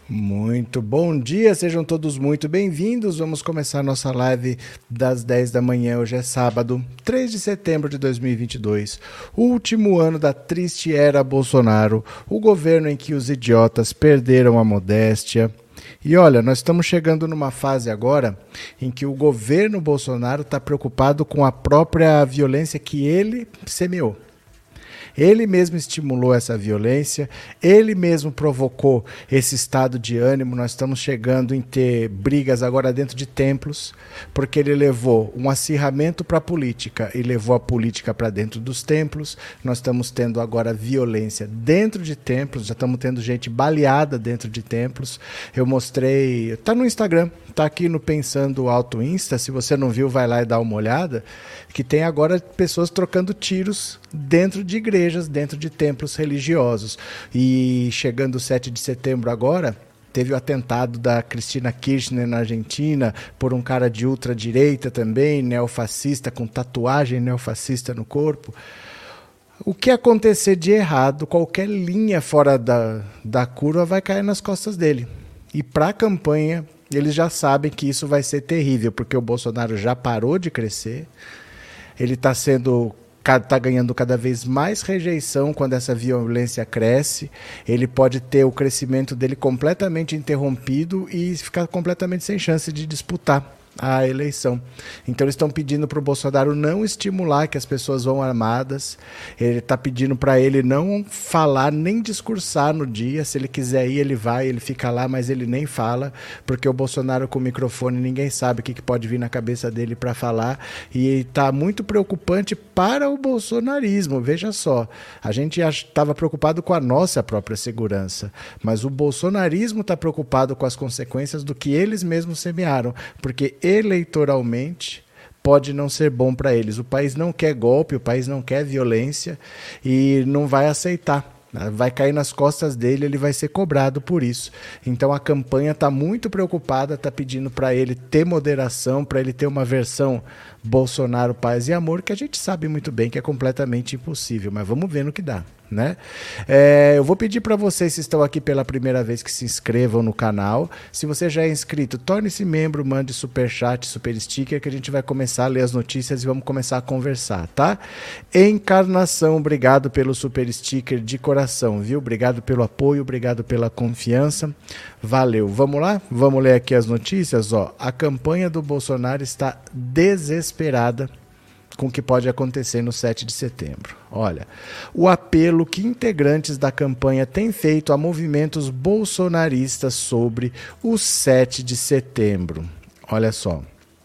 Muito bom dia, sejam todos muito bem-vindos. Vamos começar nossa live das 10 da manhã. Hoje é sábado, 3 de setembro de 2022, o último ano da triste era Bolsonaro, o governo em que os idiotas perderam a modéstia. E olha, nós estamos chegando numa fase agora em que o governo Bolsonaro está preocupado com a própria violência que ele semeou. Ele mesmo estimulou essa violência, ele mesmo provocou esse estado de ânimo. Nós estamos chegando em ter brigas agora dentro de templos, porque ele levou um acirramento para a política e levou a política para dentro dos templos. Nós estamos tendo agora violência dentro de templos, já estamos tendo gente baleada dentro de templos. Eu mostrei, está no Instagram, está aqui no Pensando Alto Insta, se você não viu, vai lá e dá uma olhada, que tem agora pessoas trocando tiros dentro de igrejas, dentro de templos religiosos. E chegando o 7 de setembro agora, teve o atentado da Cristina Kirchner na Argentina, por um cara de ultradireita também, neofascista, com tatuagem neofascista no corpo. O que acontecer de errado, qualquer linha fora da curva vai cair nas costas dele. E para a campanha, eles já sabem que isso vai ser terrível, porque o Bolsonaro já parou de crescer, ele está ganhando cada vez mais rejeição quando essa violência cresce. Ele pode ter o crescimento dele completamente interrompido e ficar completamente sem chance de disputar a eleição. Então eles estão pedindo para o Bolsonaro não estimular que as pessoas vão armadas. Ele está pedindo para ele não falar nem discursar no dia. Se ele quiser ir, ele vai, ele fica lá, mas ele nem fala, porque o Bolsonaro com o microfone, ninguém sabe o que pode vir na cabeça dele para falar, e está muito preocupante para o bolsonarismo. Veja só, a gente estava preocupado com a nossa própria segurança, mas o bolsonarismo está preocupado com as consequências do que eles mesmos semearam, porque eleitoralmente pode não ser bom para eles. O país não quer golpe, o país não quer violência e não vai aceitar. Vai cair nas costas dele, ele vai ser cobrado por isso. Então a campanha está muito preocupada, está pedindo para ele ter moderação, para ele ter uma versão Bolsonaro, paz e amor, que a gente sabe muito bem que é completamente impossível, mas vamos ver no que dá, né? Eu vou pedir para vocês que estão aqui pela primeira vez que se inscrevam no canal. Se você já é inscrito, torne-se membro, mande superchat, super sticker, que a gente vai começar a ler as notícias e vamos começar a conversar, tá? Encarnação, obrigado pelo super sticker de coração, viu? Obrigado pelo apoio, obrigado pela confiança, valeu. Vamos lá? Vamos ler aqui as notícias, ó. A campanha do Bolsonaro está desesperada com o que pode acontecer no 7 de setembro. Olha, o apelo que integrantes da campanha têm feito a movimentos bolsonaristas sobre o 7 de setembro. Olha só.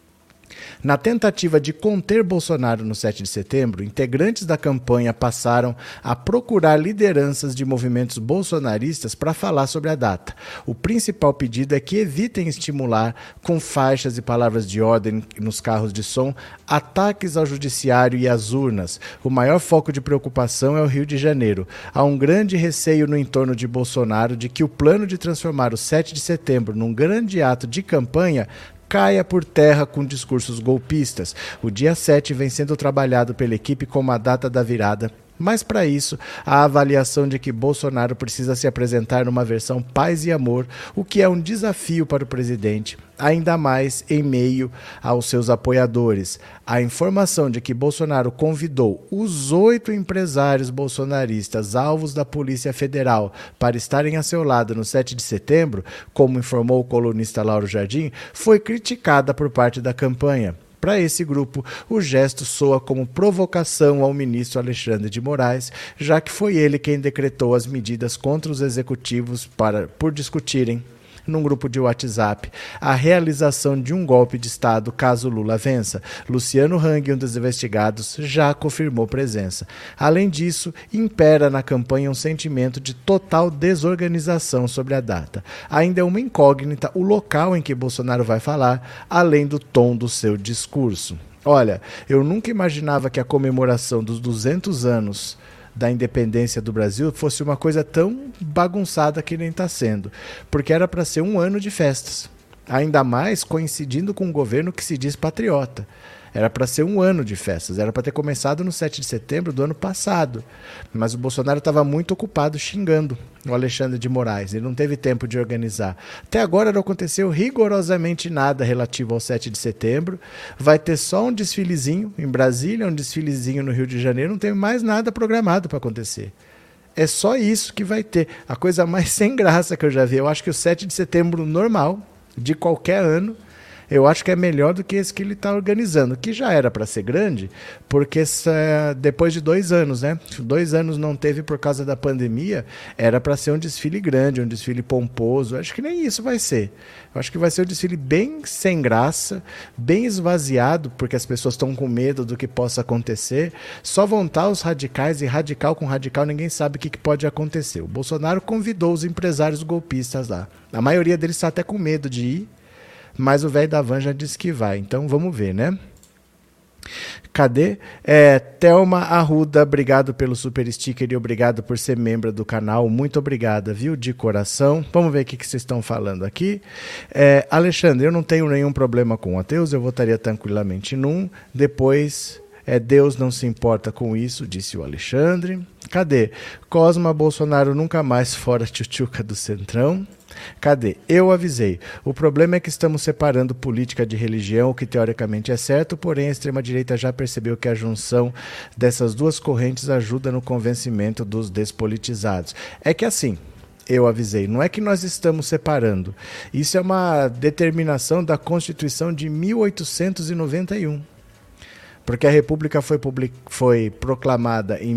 Na tentativa de conter Bolsonaro no 7 de setembro, integrantes da campanha passaram a procurar lideranças de movimentos bolsonaristas para falar sobre a data. O principal pedido é que evitem estimular, com faixas e palavras de ordem nos carros de som, ataques ao judiciário e às urnas. O maior foco de preocupação é o Rio de Janeiro. Há um grande receio no entorno de Bolsonaro de que o plano de transformar o 7 de setembro num grande ato de campanha caia por terra com discursos golpistas. O dia 7 vem sendo trabalhado pela equipe como a data da virada, mas para isso, a avaliação de que Bolsonaro precisa se apresentar numa versão paz e amor, o que é um desafio para o presidente, ainda mais em meio aos seus apoiadores. A informação de que Bolsonaro convidou os 8 empresários bolsonaristas alvos da Polícia Federal para estarem a seu lado no 7 de setembro, como informou o colunista Lauro Jardim, foi criticada por parte da campanha. Para esse grupo, o gesto soa como provocação ao ministro Alexandre de Moraes, já que foi ele quem decretou as medidas contra os executivos por discutirem, num grupo de WhatsApp, a realização de um golpe de Estado caso Lula vença. Luciano Hang, um dos investigados, já confirmou presença. Além disso, impera na campanha um sentimento de total desorganização sobre a data. Ainda é uma incógnita o local em que Bolsonaro vai falar, além do tom do seu discurso. Olha, eu nunca imaginava que a comemoração dos 200 anos da independência do Brasil fosse uma coisa tão bagunçada que nem está sendo, porque era para ser um ano de festas. Ainda mais coincidindo com um governo que se diz patriota. Era para ser um ano de festas, era para ter começado no 7 de setembro do ano passado. Mas o Bolsonaro estava muito ocupado xingando o Alexandre de Moraes. Ele não teve tempo de organizar. Até agora não aconteceu rigorosamente nada relativo ao 7 de setembro. Vai ter só um desfilezinho em Brasília, um desfilezinho no Rio de Janeiro. Não tem mais nada programado para acontecer. É só isso que vai ter. A coisa mais sem graça que eu já vi. Eu acho que o 7 de setembro normal, de qualquer ano, eu acho que é melhor do que esse que ele está organizando, que já era para ser grande, porque depois de 2 anos, né? 2 anos não teve por causa da pandemia, era para ser um desfile grande, um desfile pomposo. Acho que nem isso vai ser. Eu acho que vai ser um desfile bem sem graça, bem esvaziado, porque as pessoas estão com medo do que possa acontecer. Só vão estar os radicais, e radical com radical ninguém sabe o que pode acontecer. O Bolsonaro convidou os empresários golpistas lá. A maioria deles está até com medo de ir, mas o velho da van já disse que vai. Então vamos ver, né? Cadê? Thelma Arruda, obrigado pelo super sticker e obrigado por ser membro do canal. Muito obrigada, viu? De coração. Vamos ver o que vocês estão falando aqui. Alexandre, eu não tenho nenhum problema com ateus, eu votaria tranquilamente num. Depois, Deus não se importa com isso, disse o Alexandre. Cadê? Cosma Bolsonaro nunca mais fora tchutchuca do Centrão. Cadê? Eu avisei. O problema é que estamos separando política de religião, o que teoricamente é certo, porém a extrema-direita já percebeu que a junção dessas duas correntes ajuda no convencimento dos despolitizados. É que assim, eu avisei, não é que nós estamos separando. Isso é uma determinação da Constituição de 1891. Porque a República foi proclamada em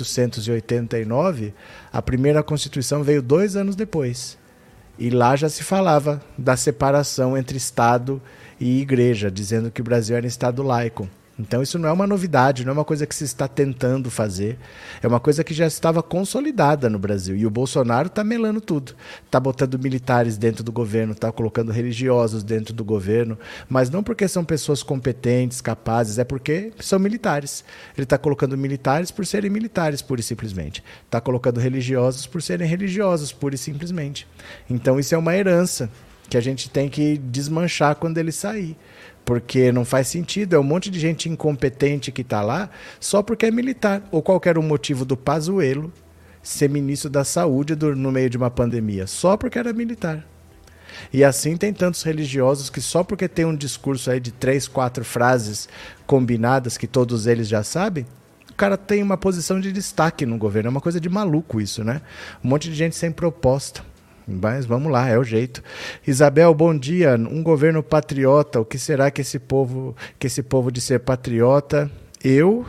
1889, a primeira Constituição veio 2 anos depois. E lá já se falava da separação entre Estado e Igreja, dizendo que o Brasil era um Estado laico. Então isso não é uma novidade, não é uma coisa que se está tentando fazer, é uma coisa que já estava consolidada no Brasil. E o Bolsonaro está melando tudo, está botando militares dentro do governo, está colocando religiosos dentro do governo, mas não porque são pessoas competentes, capazes, é porque são militares. Ele está colocando militares por serem militares, pura e simplesmente. Está colocando religiosos por serem religiosos, pura e simplesmente. Então isso é uma herança que a gente tem que desmanchar quando ele sair. Porque não faz sentido, é um monte de gente incompetente que está lá só porque é militar. Ou qual era o motivo do Pazuello ser ministro da Saúde no meio de uma pandemia? Só porque era militar. E assim tem tantos religiosos que só porque tem um discurso aí de 3, 4 frases combinadas que todos eles já sabem, o cara tem uma posição de destaque no governo. É uma coisa de maluco isso, né? Um monte de gente sem proposta. Mas vamos lá, é o jeito. Isabel, bom dia. Um governo patriota, o que será que esse povo de ser patriota? Eu,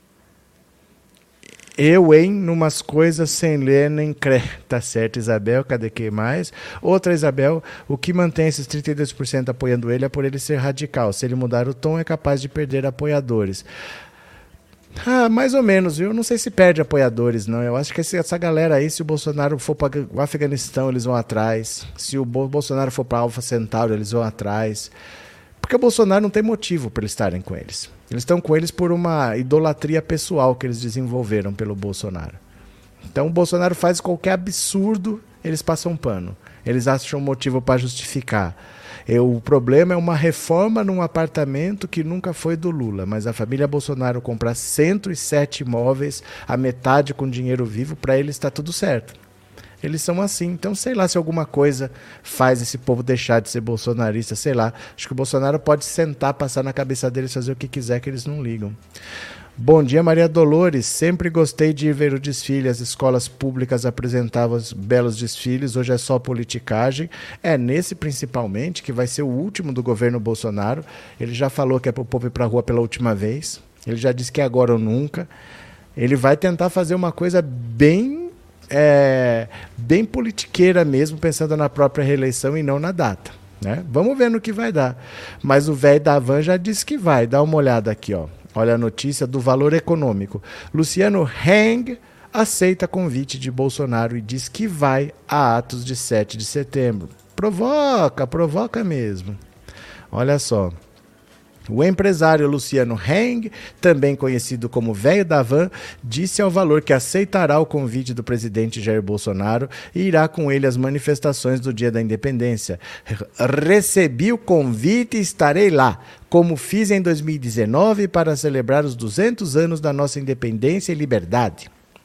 numas coisas sem ler nem crer. Tá certo, Isabel, cadê que mais? Outra Isabel, o que mantém esses 32% apoiando ele é por ele ser radical. Se ele mudar o tom, é capaz de perder apoiadores. Mais ou menos, viu? Não sei se perde apoiadores, não. Eu acho que essa galera aí, se o Bolsonaro for para o Afeganistão, eles vão atrás. Se o Bolsonaro for para Alfa Centauro, eles vão atrás. Porque o Bolsonaro não tem motivo para eles estarem com eles. Eles estão com eles por uma idolatria pessoal que eles desenvolveram pelo Bolsonaro. Então o Bolsonaro faz qualquer absurdo, eles passam pano. Eles acham motivo para justificar. O problema é uma reforma num apartamento que nunca foi do Lula, mas a família Bolsonaro comprar 107 imóveis, a metade com dinheiro vivo, para eles está tudo certo. Eles são assim, então sei lá se alguma coisa faz esse povo deixar de ser bolsonarista, sei lá. Acho que o Bolsonaro pode sentar, passar na cabeça deles, fazer o que quiser, que eles não ligam. Bom dia, Maria Dolores. Sempre gostei de ir ver o desfile. As escolas públicas apresentavam belos desfiles. Hoje é só politicagem. Nesse principalmente, que vai ser o último do governo Bolsonaro. Ele já falou que é para o povo ir para a rua pela última vez. Ele já disse que é agora ou nunca. Ele vai tentar fazer uma coisa bem politiqueira mesmo, pensando na própria reeleição e não na data. Né? Vamos ver no que vai dar. Mas o velho da van já disse que vai. Dá uma olhada aqui, ó. Olha a notícia do Valor Econômico. Luciano Heng aceita convite de Bolsonaro e diz que vai a atos de 7 de setembro. Provoca mesmo. Olha só. O empresário Luciano Heng, também conhecido como Velho da Van, disse ao Valor que aceitará o convite do presidente Jair Bolsonaro e irá com ele às manifestações do Dia da Independência. Recebi o convite e estarei lá, como fiz em 2019 para celebrar os 200 anos da nossa independência e liberdade.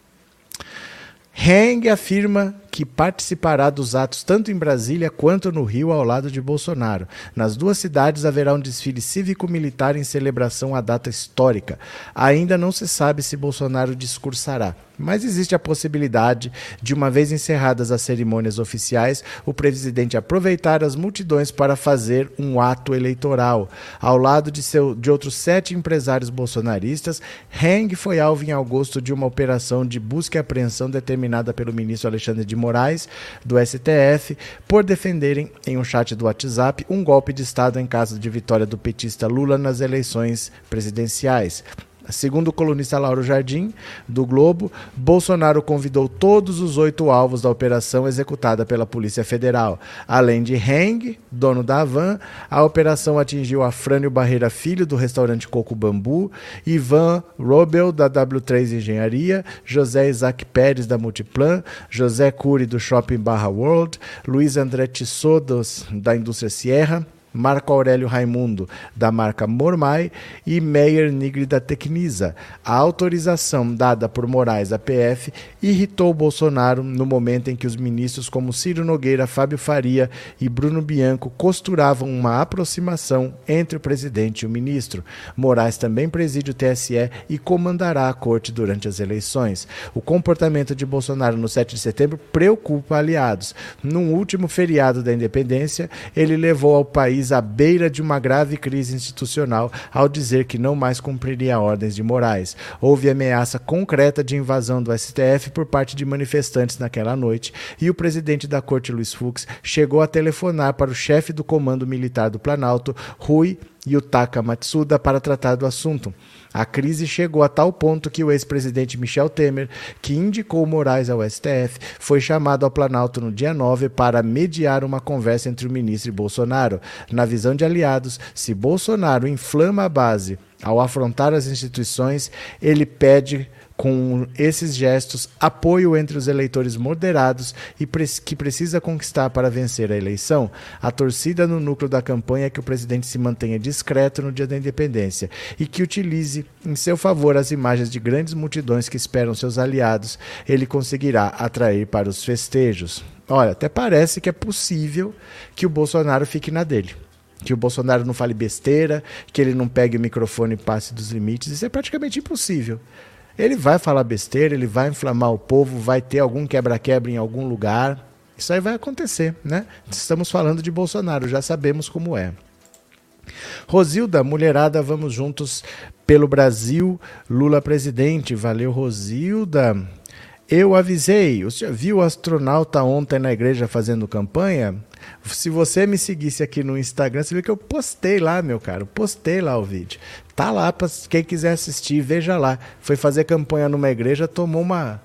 Heng afirma que participará dos atos tanto em Brasília quanto no Rio ao lado de Bolsonaro. Nas duas cidades haverá um desfile cívico-militar em celebração à data histórica. Ainda não se sabe se Bolsonaro discursará, mas existe a possibilidade de, uma vez encerradas as cerimônias oficiais, o presidente aproveitar as multidões para fazer um ato eleitoral. Ao lado de outros 7 empresários bolsonaristas, Heng foi alvo em agosto de uma operação de busca e apreensão determinada pelo ministro Alexandre de Moraes, do STF, por defenderem, em um chat do WhatsApp, um golpe de Estado em caso de vitória do petista Lula nas eleições presidenciais. Segundo o colunista Lauro Jardim, do Globo, Bolsonaro convidou todos os 8 alvos da operação executada pela Polícia Federal. Além de Heng, dono da Havan, a operação atingiu Afrânio Barreira Filho, do restaurante Coco Bambu, Ivan Robel, da W3 Engenharia, José Isaac Pérez, da Multiplan, José Cury, do Shopping Barra World, Luiz André Tissot, da Indústria Sierra, Marco Aurélio Raimundo, da marca Mormai, e Meyer Nigri, da Tecnisa. A autorização dada por Moraes à PF irritou Bolsonaro no momento em que os ministros como Ciro Nogueira, Fábio Faria e Bruno Bianco costuravam uma aproximação entre o presidente e o ministro. Moraes também preside o TSE e comandará a corte durante as eleições. O comportamento de Bolsonaro no 7 de setembro preocupa aliados. Num último feriado da independência, ele levou ao país à beira de uma grave crise institucional ao dizer que não mais cumpriria ordens de Moraes. Houve ameaça concreta de invasão do STF por parte de manifestantes naquela noite e o presidente da corte, Luiz Fux, chegou a telefonar para o chefe do Comando Militar do Planalto, Rui Yutaka Matsuda, para tratar do assunto. A crise chegou a tal ponto que o ex-presidente Michel Temer, que indicou Moraes ao STF, foi chamado ao Planalto no dia 9 para mediar uma conversa entre o ministro e Bolsonaro. Na visão de aliados, se Bolsonaro inflama a base ao afrontar as instituições, ele pede, com esses gestos, apoio entre os eleitores moderados e que precisa conquistar para vencer a eleição. A torcida no núcleo da campanha é que o presidente se mantenha discreto no dia da independência e que utilize em seu favor as imagens de grandes multidões que esperam seus aliados. Ele conseguirá atrair para os festejos. Olha, até parece que é possível que o Bolsonaro fique na dele. Que o Bolsonaro não fale besteira, que ele não pegue o microfone e passe dos limites. Isso é praticamente impossível. Ele vai falar besteira, ele vai inflamar o povo, vai ter algum quebra-quebra em algum lugar. Isso aí vai acontecer, né? Estamos falando de Bolsonaro, já sabemos como é. Rosilda, mulherada, vamos juntos pelo Brasil. Lula presidente. Valeu, Rosilda. Eu avisei. O senhor viu o astronauta ontem na igreja fazendo campanha? Se você me seguisse aqui no Instagram, você viu que eu postei lá, meu caro. Postei lá o vídeo. Tá lá para quem quiser assistir, veja lá. Foi fazer campanha numa igreja, tomou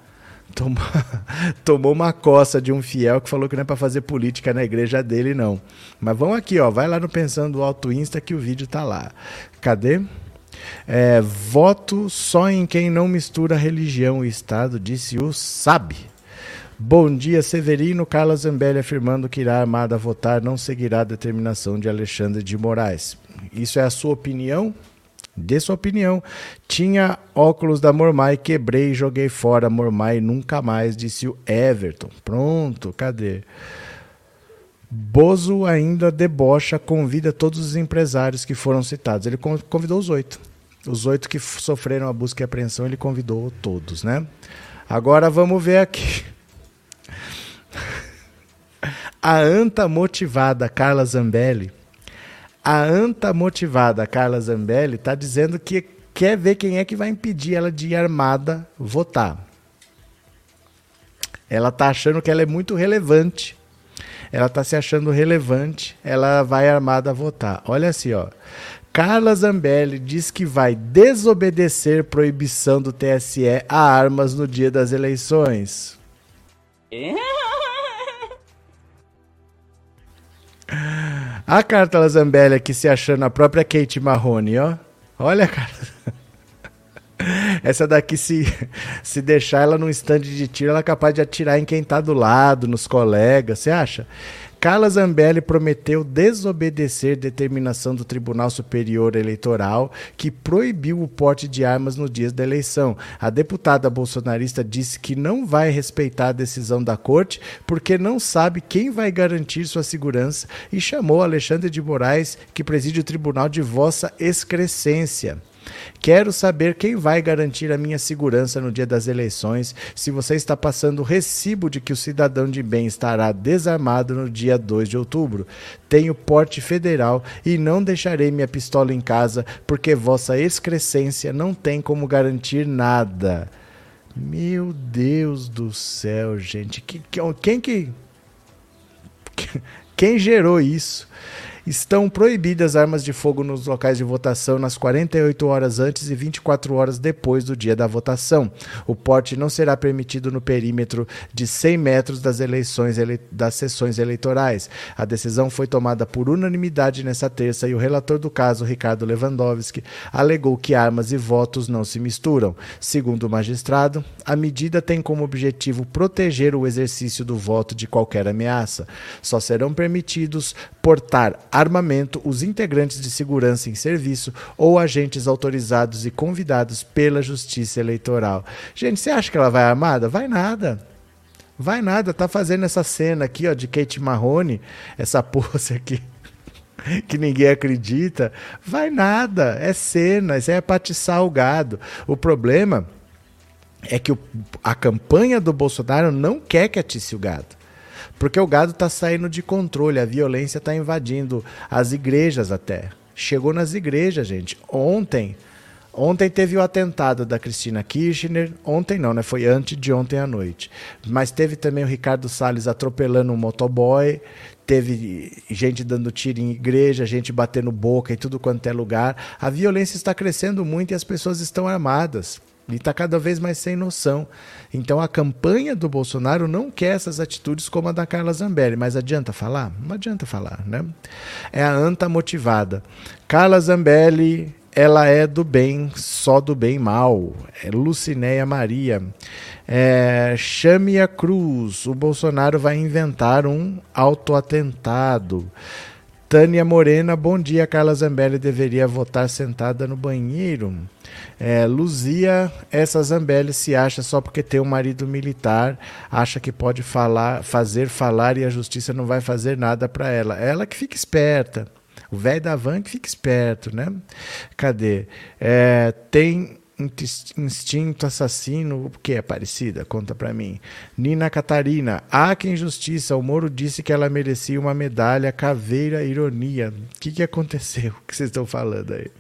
uma coça de um fiel que falou que não é para fazer política na igreja dele, não. Mas vamos aqui, ó. Vai lá no Pensando Alto Insta que o vídeo tá lá. Cadê? Voto só em quem não mistura religião e Estado, disse o Sabe. Bom dia, Severino. Carla Zambelli afirmando que irá a Armada votar, não seguirá a determinação de Alexandre de Moraes. Isso é a sua opinião? Dê sua opinião. Tinha óculos da Mormai, quebrei e joguei fora. Mormai nunca mais, disse o Everton. Pronto, cadê? Bozo ainda debocha, convida todos os empresários que foram citados. Ele convidou os 8. Os 8 que sofreram a busca e apreensão, ele convidou todos, né? Agora vamos ver aqui. A anta motivada Carla Zambelli está dizendo que quer ver quem é que vai impedir ela de ir armada votar. Ela está achando que ela é muito relevante. Ela está se achando relevante. Ela vai armada votar. Olha assim, ó. Carla Zambelli diz que vai desobedecer proibição do TSE a armas no dia das eleições. A Carla Zambelli aqui se achando a própria Kate Marrone, ó. Olha, cara. Essa daqui, se deixar ela num stand de tiro, ela é capaz de atirar em quem tá do lado, nos colegas, você acha? Carla Zambelli prometeu desobedecer determinação do Tribunal Superior Eleitoral que proibiu o porte de armas no dia da eleição. A deputada bolsonarista disse que não vai respeitar a decisão da corte porque não sabe quem vai garantir sua segurança e chamou Alexandre de Moraes, que preside o tribunal, de Vossa Excrescência. Quero saber quem vai garantir a minha segurança no dia das eleições, se você está passando o recibo de que o cidadão de bem estará desarmado no dia 2 de outubro. Tenho porte federal e não deixarei minha pistola em casa, porque Vossa Excrescência não tem como garantir nada. Meu Deus do céu, gente. Quem gerou isso? Estão proibidas armas de fogo nos locais de votação nas 48 horas antes e 24 horas depois do dia da votação. O porte não será permitido no perímetro de 100 metros das sessões eleitorais. A decisão foi tomada por unanimidade nesta terça e o relator do caso, Ricardo Lewandowski, alegou que armas e votos não se misturam. Segundo o magistrado, a medida tem como objetivo proteger o exercício do voto de qualquer ameaça. Só serão permitidos portar armamento os integrantes de segurança em serviço ou agentes autorizados e convidados pela Justiça Eleitoral. Gente, você acha que ela vai armada? Vai nada. Vai nada. Tá fazendo essa cena aqui, ó, de Kate Marrone, essa pose aqui que ninguém acredita. Vai nada. É cena. Isso aí é pra atiçar o gado. O problema é que a campanha do Bolsonaro não quer que atice o gado. Porque o gado está saindo de controle, a violência está invadindo as igrejas até. Chegou nas igrejas, gente. Ontem teve o atentado da Cristina Kirchner. Ontem não, né? Foi antes de ontem à noite. Mas teve também o Ricardo Salles atropelando um motoboy. Teve gente dando tiro em igreja, gente batendo boca em tudo quanto é lugar. A violência está crescendo muito e as pessoas estão armadas. E está cada vez mais sem noção. Então a campanha do Bolsonaro não quer essas atitudes como a da Carla Zambelli. Mas adianta falar? Não adianta falar, né? É a anta motivada. Carla Zambelli, ela é do bem, só do bem mal. É Lucinéia Maria. Chame a cruz. O Bolsonaro vai inventar um autoatentado. Tânia Morena, bom dia. Carla Zambelli deveria votar sentada no banheiro. Luzia, essa Zambelli se acha só porque tem um marido militar, acha que pode fazer falar e a justiça não vai fazer nada para ela. Ela que fica esperta. O velho da van que fica esperto, né? Cadê? Tem instinto assassino, o que é Aparecida? Conta pra mim. Nina Catarina, que injustiça, o Moro disse que ela merecia uma medalha, caveira, ironia. O que aconteceu? O que vocês estão falando aí?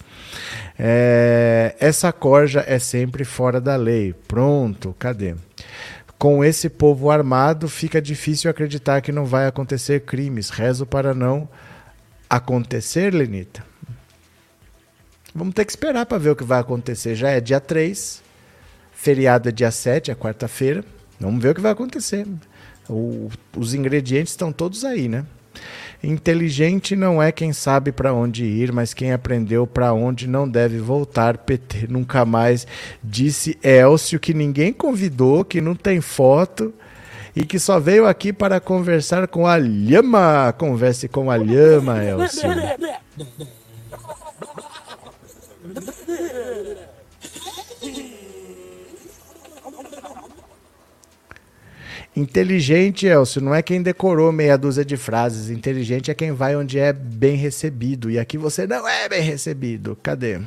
Essa corja é sempre fora da lei. Pronto, cadê? Com esse povo armado, fica difícil acreditar que não vai acontecer crimes. Rezo para não acontecer, Lenita. Vamos ter que esperar para ver o que vai acontecer. Já é dia 3, feriado é dia 7, é quarta-feira. Vamos ver o que vai acontecer. Os ingredientes estão todos aí, né? Inteligente não é quem sabe para onde ir, mas quem aprendeu para onde não deve voltar. PT nunca mais, disse Elcio, que ninguém convidou, que não tem foto e que só veio aqui para conversar com a lhama. Converse com a lhama, Elcio. Inteligente, Elcio, não é quem decorou meia dúzia de frases. Inteligente é quem vai onde é bem recebido. E aqui você não é bem recebido. Cadê?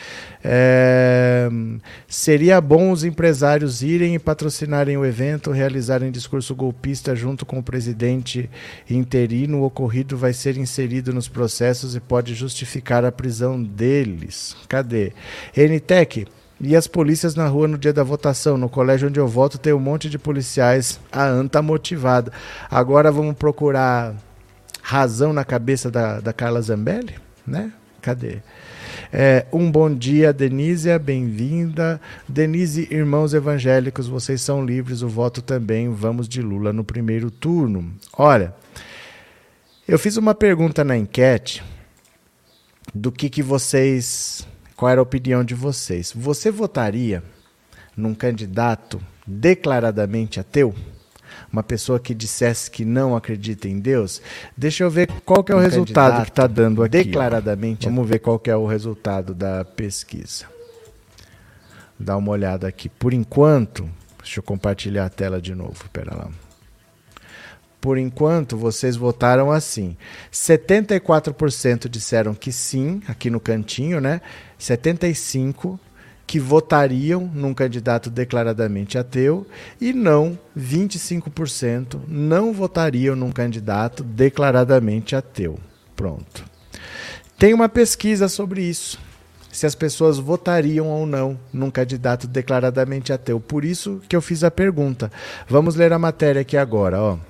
Seria bom os empresários irem e patrocinarem o evento, realizarem discurso golpista junto com o presidente interino. O ocorrido vai ser inserido nos processos e pode justificar a prisão deles. Cadê? NTEC. E as polícias na rua no dia da votação? No colégio onde eu voto tem um monte de policiais. A anta motivada. Agora vamos procurar razão na cabeça da Carla Zambelli? Né? Cadê? Um bom dia, Denise, bem-vinda. Denise, irmãos evangélicos, vocês são livres, o voto também. Vamos de Lula no primeiro turno. Olha, Eu fiz uma pergunta na enquete do que vocês... Qual era a opinião de vocês? Você votaria num candidato declaradamente ateu? Uma pessoa que dissesse que não acredita em Deus? Deixa eu ver qual que é o resultado que está dando aqui. Declaradamente. Vamos ver qual que é o resultado da pesquisa. Dá uma olhada aqui. Por enquanto, deixa eu compartilhar a tela de novo. Espera lá. Por enquanto, vocês votaram assim. 74% disseram que sim, aqui no cantinho, né? 75% que votariam num candidato declaradamente ateu e não, 25% não votariam num candidato declaradamente ateu. Pronto. Tem uma pesquisa sobre isso, se as pessoas votariam ou não num candidato declaradamente ateu. Por isso que eu fiz a pergunta. Vamos ler a matéria aqui agora, ó.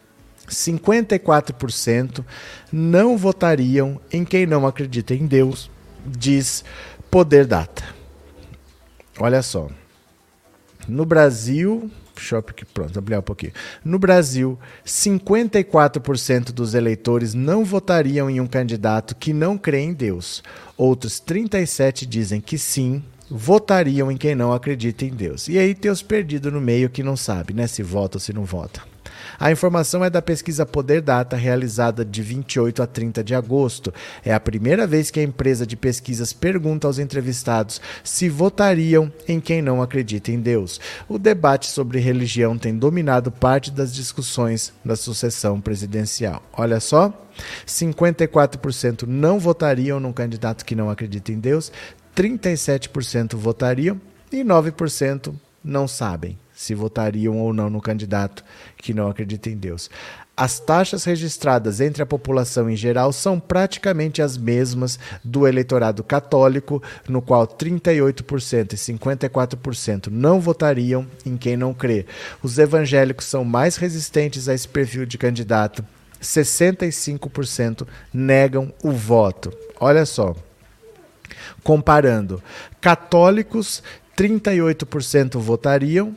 54% não votariam em quem não acredita em Deus, diz Poder Data. Olha só. No Brasil, pronto, ampliar um pouquinho. No Brasil, 54% dos eleitores não votariam em um candidato que não crê em Deus. Outros 37% dizem que sim, votariam em quem não acredita em Deus. E aí tem os perdidos no meio que não sabe, né, se vota ou se não vota. A informação é da pesquisa Poder Data, realizada de 28 a 30 de agosto. É a primeira vez que a empresa de pesquisas pergunta aos entrevistados se votariam em quem não acredita em Deus. O debate sobre religião tem dominado parte das discussões da sucessão presidencial. Olha só, 54% não votariam num candidato que não acredita em Deus, 37% votariam e 9% não sabem se votariam ou não no candidato que não acredita em Deus. As taxas registradas entre a população em geral são praticamente as mesmas do eleitorado católico, no qual 38% e 54% não votariam em quem não crê. Os evangélicos são mais resistentes a esse perfil de candidato. 65% negam o voto. Olha só. Comparando, católicos, 38% votariam,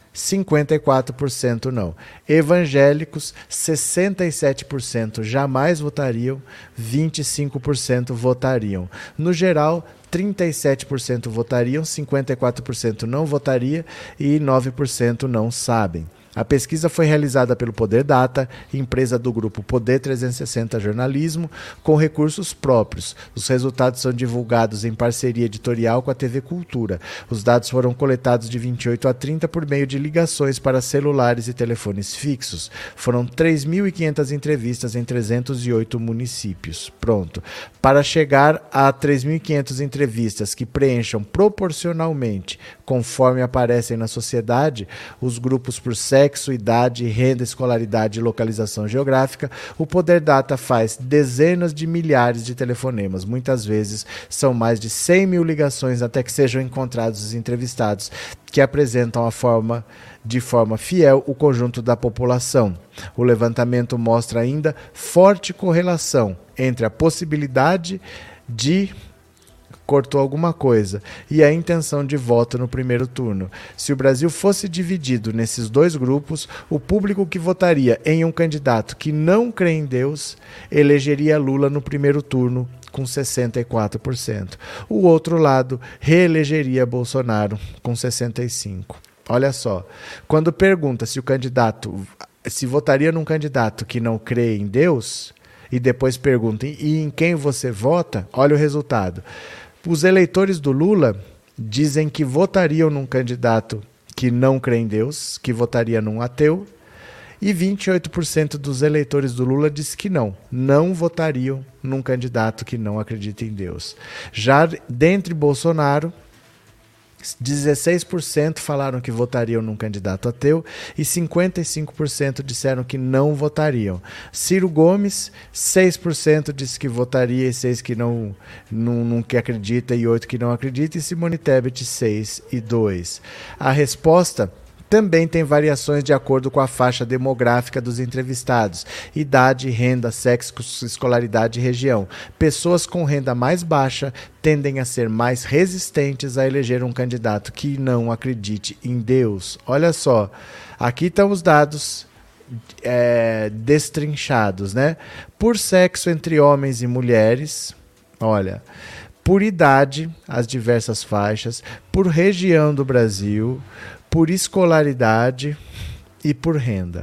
54% não. Evangélicos, 67% jamais votariam, 25% votariam. No geral, 37% votariam, 54% não votaria e 9% não sabem. A pesquisa foi realizada pelo Poder Data, empresa do grupo Poder 360 Jornalismo, com recursos próprios. Os resultados são divulgados em parceria editorial com a TV Cultura. Os dados foram coletados de 28 a 30 por meio de ligações para celulares e telefones fixos. Foram 3.500 entrevistas em 308 municípios. Pronto. Para chegar a 3.500 entrevistas que preencham proporcionalmente, conforme aparecem na sociedade, os grupos por sexo, idade, renda, escolaridade e localização geográfica, o Poder Data faz dezenas de milhares de telefonemas. Muitas vezes são mais de 100 mil ligações até que sejam encontrados os entrevistados que apresentam de forma fiel o conjunto da população. O levantamento mostra ainda forte correlação entre a possibilidade de cortou alguma coisa, e a intenção de voto no primeiro turno. Se o Brasil fosse dividido nesses dois grupos, o público que votaria em um candidato que não crê em Deus elegeria Lula no primeiro turno com 64%. O outro lado reelegeria Bolsonaro com 65%. Olha só, quando pergunta se votaria num candidato que não crê em Deus, e depois pergunta e em quem você vota, olha o resultado. Os eleitores do Lula dizem que votariam num candidato que não crê em Deus, que votaria num ateu, e 28% dos eleitores do Lula diz que não votariam num candidato que não acredita em Deus. Já dentre Bolsonaro, 16% falaram que votariam num candidato ateu e 55% disseram que não votariam. Ciro Gomes, 6% disse que votaria e 6% que acredita e 8% que não acredita, e Simone Tebet, 6% e 2%. A resposta também tem variações de acordo com a faixa demográfica dos entrevistados: idade, renda, sexo, escolaridade e região. Pessoas com renda mais baixa tendem a ser mais resistentes a eleger um candidato que não acredite em Deus. Olha só, aqui estão os dados destrinchados, né? Por sexo entre homens e mulheres, olha, por idade, as diversas faixas, por região do Brasil, por escolaridade e por renda.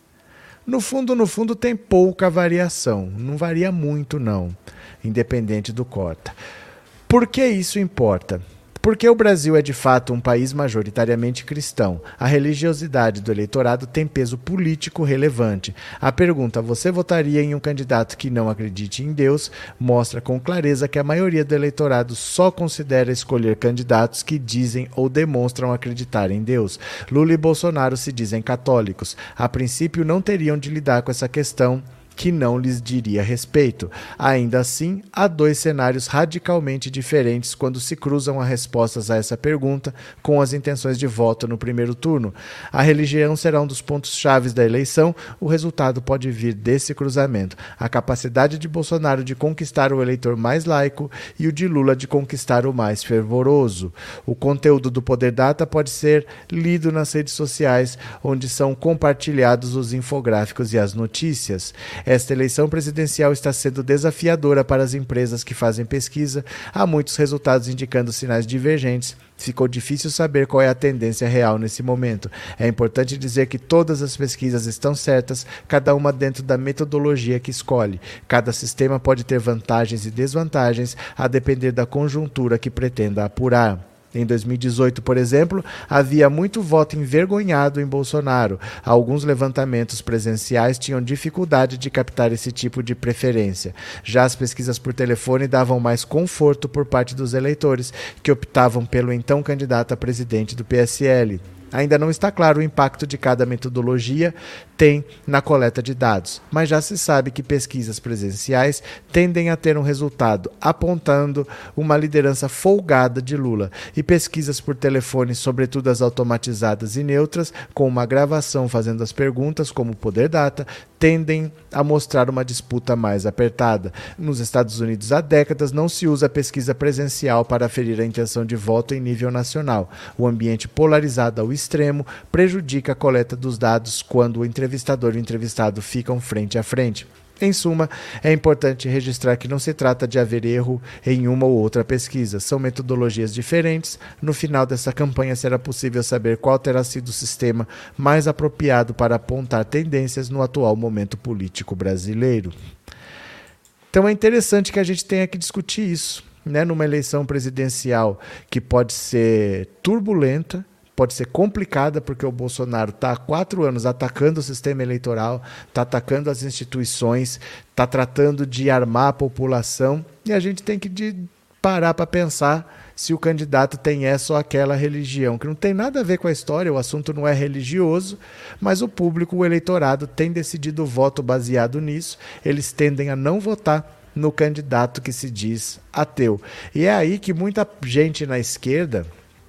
No fundo, tem pouca variação, não varia muito não, independente do cota. Por que isso importa? Porque o Brasil é de fato um país majoritariamente cristão. A religiosidade do eleitorado tem peso político relevante. A pergunta, você votaria em um candidato que não acredite em Deus, mostra com clareza que a maioria do eleitorado só considera escolher candidatos que dizem ou demonstram acreditar em Deus. Lula e Bolsonaro se dizem católicos. A princípio não teriam de lidar com essa questão que não lhes diria respeito. Ainda assim, há dois cenários radicalmente diferentes quando se cruzam as respostas a essa pergunta com as intenções de voto no primeiro turno. A religião será um dos pontos chaves da eleição, o resultado pode vir desse cruzamento. A capacidade de Bolsonaro de conquistar o eleitor mais laico e o de Lula de conquistar o mais fervoroso. O conteúdo do Poder Data pode ser lido nas redes sociais, onde são compartilhados os infográficos e as notícias. Esta eleição presidencial está sendo desafiadora para as empresas que fazem pesquisa. Há muitos resultados indicando sinais divergentes. Ficou difícil saber qual é a tendência real nesse momento. É importante dizer que todas as pesquisas estão certas, cada uma dentro da metodologia que escolhe. Cada sistema pode ter vantagens e desvantagens, a depender da conjuntura que pretenda apurar. Em 2018, por exemplo, havia muito voto envergonhado em Bolsonaro. Alguns levantamentos presenciais tinham dificuldade de captar esse tipo de preferência. Já as pesquisas por telefone davam mais conforto por parte dos eleitores, que optavam pelo então candidato a presidente do PSL. Ainda não está claro o impacto de cada metodologia tem na coleta de dados, mas já se sabe que pesquisas presenciais tendem a ter um resultado apontando uma liderança folgada de Lula e pesquisas por telefone, sobretudo as automatizadas e neutras, com uma gravação fazendo as perguntas, como o Poder Data, tendem a mostrar uma disputa mais apertada. Nos Estados Unidos, há décadas, não se usa a pesquisa presencial para aferir a intenção de voto em nível nacional. O ambiente polarizado ao extremo prejudica a coleta dos dados quando o entrevistador e o entrevistado ficam frente a frente. Em suma, é importante registrar que não se trata de haver erro em uma ou outra pesquisa. São metodologias diferentes. No final dessa campanha será possível saber qual terá sido o sistema mais apropriado para apontar tendências no atual momento político brasileiro. Então é interessante que a gente tenha que discutir isso, né? Numa eleição presidencial que pode ser turbulenta, pode ser complicada, porque o Bolsonaro está há 4 anos atacando o sistema eleitoral, está atacando as instituições, está tratando de armar a população, e a gente tem que parar para pensar se o candidato tem essa ou aquela religião, que não tem nada a ver com a história, o assunto não é religioso, mas o público, o eleitorado, tem decidido o voto baseado nisso, eles tendem a não votar no candidato que se diz ateu. E é aí que muita gente na esquerda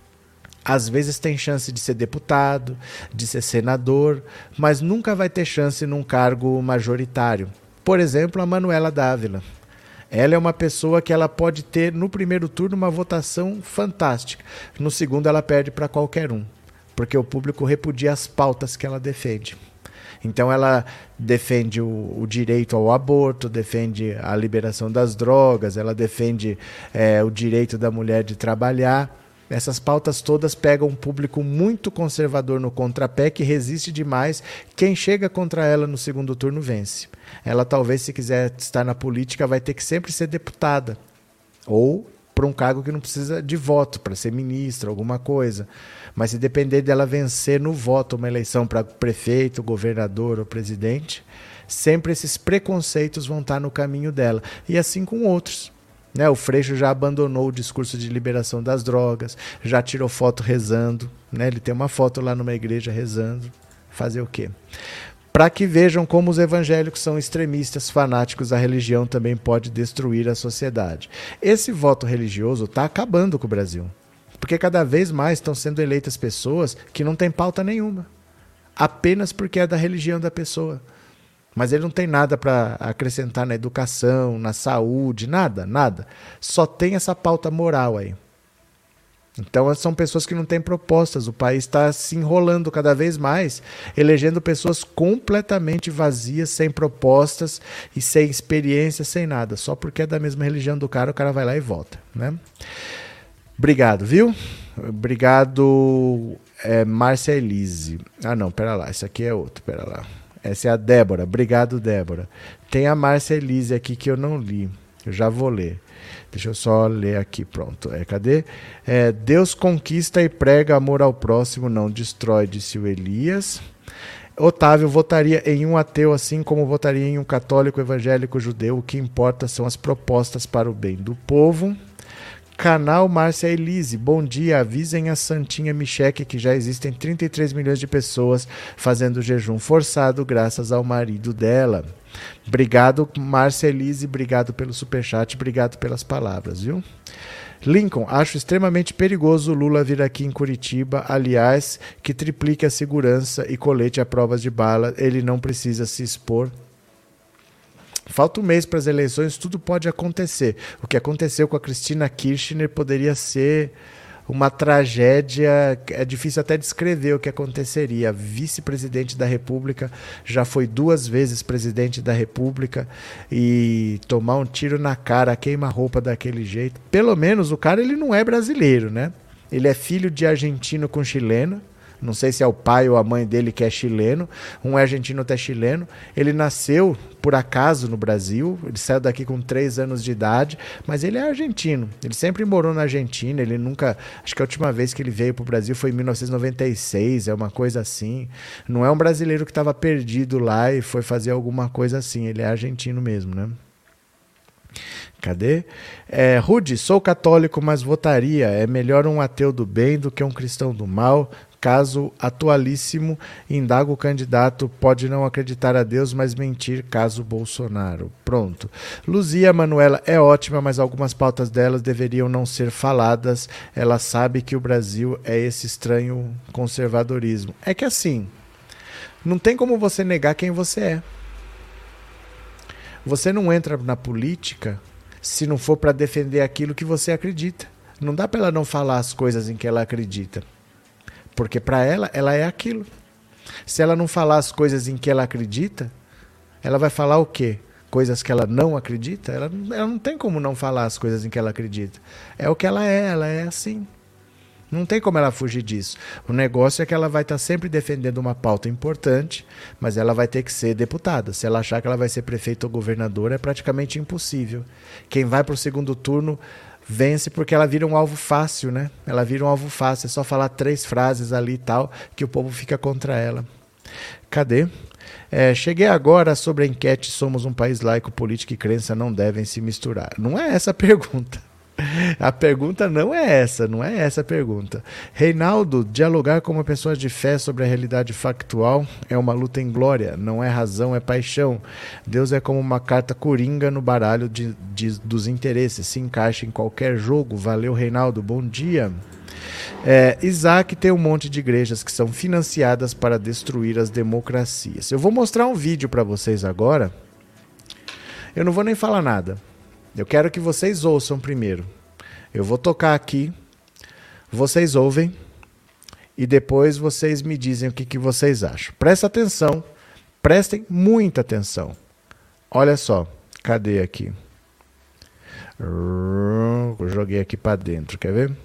às vezes tem chance de ser deputado, de ser senador, mas nunca vai ter chance num cargo majoritário. Por exemplo, a Manuela Dávila. Ela é uma pessoa que ela pode ter no primeiro turno uma votação fantástica. No segundo ela perde para qualquer um, porque o público repudia as pautas que ela defende. Então ela defende o direito ao aborto, defende a liberação das drogas, ela defende o direito da mulher de trabalhar. Essas pautas todas pegam um público muito conservador no contrapé, que resiste demais. Quem chega contra ela no segundo turno vence. Ela talvez, se quiser estar na política, vai ter que sempre ser deputada. Ou para um cargo que não precisa de voto, para ser ministra, alguma coisa. Mas se depender dela vencer no voto uma eleição para prefeito, governador ou presidente, sempre esses preconceitos vão estar no caminho dela. E assim com outros. Né, o Freixo já abandonou o discurso de liberação das drogas, já tirou foto rezando, né, ele tem uma foto lá numa igreja rezando. Fazer o quê? Para que vejam como os evangélicos são extremistas, fanáticos, a religião também pode destruir a sociedade. Esse voto religioso está acabando com o Brasil, porque cada vez mais estão sendo eleitas pessoas que não têm pauta nenhuma, apenas porque é da religião da pessoa. Mas ele não tem nada para acrescentar na educação, na saúde, nada. Só tem essa pauta moral aí. Então são pessoas que não têm propostas. O país está se enrolando cada vez mais, elegendo pessoas completamente vazias, sem propostas e sem experiência, sem nada. Só porque é da mesma religião do cara, o cara vai lá e vota, né? Obrigado, viu? Obrigado, Márcia Elise. Ah, não, pera lá, esse aqui é outro, pera lá. Essa é a Débora. Obrigado, Débora. Tem a Márcia Elise aqui que eu não li. Eu já vou ler. Deixa eu só ler aqui, pronto. Cadê? Deus conquista e prega amor ao próximo, não destrói, disse o Elias. Otávio, votaria em um ateu assim como votaria em um católico, evangélico, judeu. O que importa são as propostas para o bem do povo. Canal Márcia Elise, bom dia, avisem a Santinha Micheque que já existem 33 milhões de pessoas fazendo jejum forçado graças ao marido dela. Obrigado, Márcia Elise, obrigado pelo superchat, obrigado pelas palavras, viu? Lincoln, acho extremamente perigoso o Lula vir aqui em Curitiba, aliás, que triplique a segurança e colete a provas de bala, ele não precisa se expor. Falta um mês para as eleições, tudo pode acontecer. O que aconteceu com a Cristina Kirchner poderia ser uma tragédia, é difícil até descrever o que aconteceria. A vice-presidente da República já foi 2 vezes presidente da República e tomar um tiro na cara, queima-roupa daquele jeito. Pelo menos o cara ele não é brasileiro, né? Ele é filho de argentino com chileno. Não sei se é o pai ou a mãe dele que é chileno. Um é argentino, outro é chileno. Ele nasceu, por acaso, no Brasil. Ele saiu daqui com 3 anos de idade. Mas ele é argentino. Ele sempre morou na Argentina. Ele nunca... Acho que a última vez que ele veio para o Brasil foi em 1996. É uma coisa assim. Não é um brasileiro que estava perdido lá e foi fazer alguma coisa assim. Ele é argentino mesmo, né? Cadê? Rudy, sou católico, mas votaria. É melhor um ateu do bem do que um cristão do mal. Caso atualíssimo, indaga o candidato, pode não acreditar a Deus, mas mentir, caso Bolsonaro. Pronto. Luzia Manuela é ótima, mas algumas pautas delas deveriam não ser faladas. Ela sabe que o Brasil é esse estranho conservadorismo. É que assim, não tem como você negar quem você é. Você não entra na política se não for para defender aquilo que você acredita. Não dá para ela não falar as coisas em que ela acredita. Porque para ela é aquilo. Se ela não falar as coisas em que ela acredita, ela vai falar o quê? Coisas que ela não acredita? Ela não tem como não falar as coisas em que ela acredita. É o que ela é assim. Não tem como ela fugir disso. O negócio é que ela vai estar sempre defendendo uma pauta importante, mas ela vai ter que ser deputada. Se ela achar que ela vai ser prefeita ou governadora, é praticamente impossível. Quem vai para o segundo turno vence porque ela vira um alvo fácil, né? Ela vira um alvo fácil, é só falar 3 frases ali e tal, que o povo fica contra ela. Cadê? Cheguei agora sobre a enquete somos um país laico, política e crença não devem se misturar. Não é essa a pergunta. A pergunta não é essa a pergunta. Reinaldo, dialogar com uma pessoa de fé sobre a realidade factual é uma luta em glória, não é razão, é paixão. Deus é como uma carta coringa no baralho dos interesses, se encaixa em qualquer jogo. Valeu, Reinaldo, bom dia. Isaac tem um monte de igrejas que são financiadas para destruir as democracias. Eu vou mostrar um vídeo para vocês agora. Eu não vou nem falar nada. Eu quero que vocês ouçam primeiro. Eu vou tocar aqui, vocês ouvem e depois vocês me dizem o que vocês acham. Presta atenção, prestem muita atenção. Olha só, cadê aqui? Eu joguei aqui para dentro, quer ver?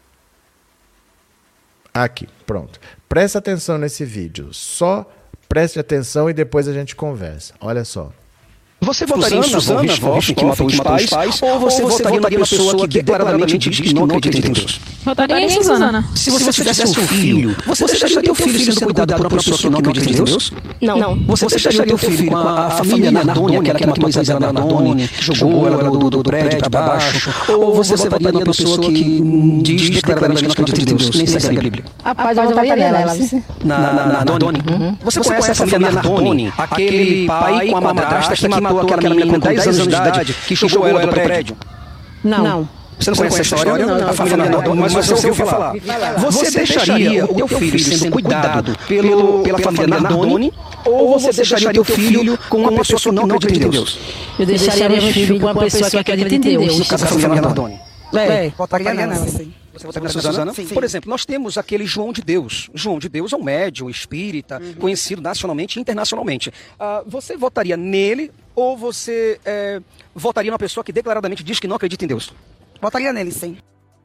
Aqui, pronto. Presta atenção nesse vídeo, só preste atenção e depois a gente conversa. Olha só. Você votaria em Suzana Vogel, que matou os pais, ou você votaria numa pessoa que declaradamente diz que não acredita em Deus? Votaria em Suzana. Se você tivesse um filho, você deixaria teu filho sendo cuidado por uma pessoa que não acredita em Deus? Não. Você deixaria teu filho com a família Nardoni, aquela que matou Isabela Nardoni, jogou ela do prédio para baixo? Ou você votaria numa pessoa que diz declaradamente que não acredita em Deus, nem segue a Bíblia? Rapaz, eu votaria nela. Na Nardoni? Você conhece a família Nardoni? Aquele pai com a madrasta que matou aquela menina com 10 anos de idade que jogou ela do prédio? Não. Você não conhece essa história? Não. A família Nardoni, mas você ouviu falar. Você deixaria o teu filho sendo cuidado pela família Nardoni ou você deixaria o teu filho com uma pessoa que não acredita em Deus? Eu deixaria meu filho com uma pessoa que acredita em Deus. No caso da família Nardoni. Votaria nela, sim. Você votaria na Suzana? Sim. Por exemplo, nós temos aquele João de Deus. João de Deus é um médium, espírita, conhecido nacionalmente e internacionalmente. Você votaria nele ou você votaria numa pessoa que declaradamente diz que não acredita em Deus? Votaria nele, sim.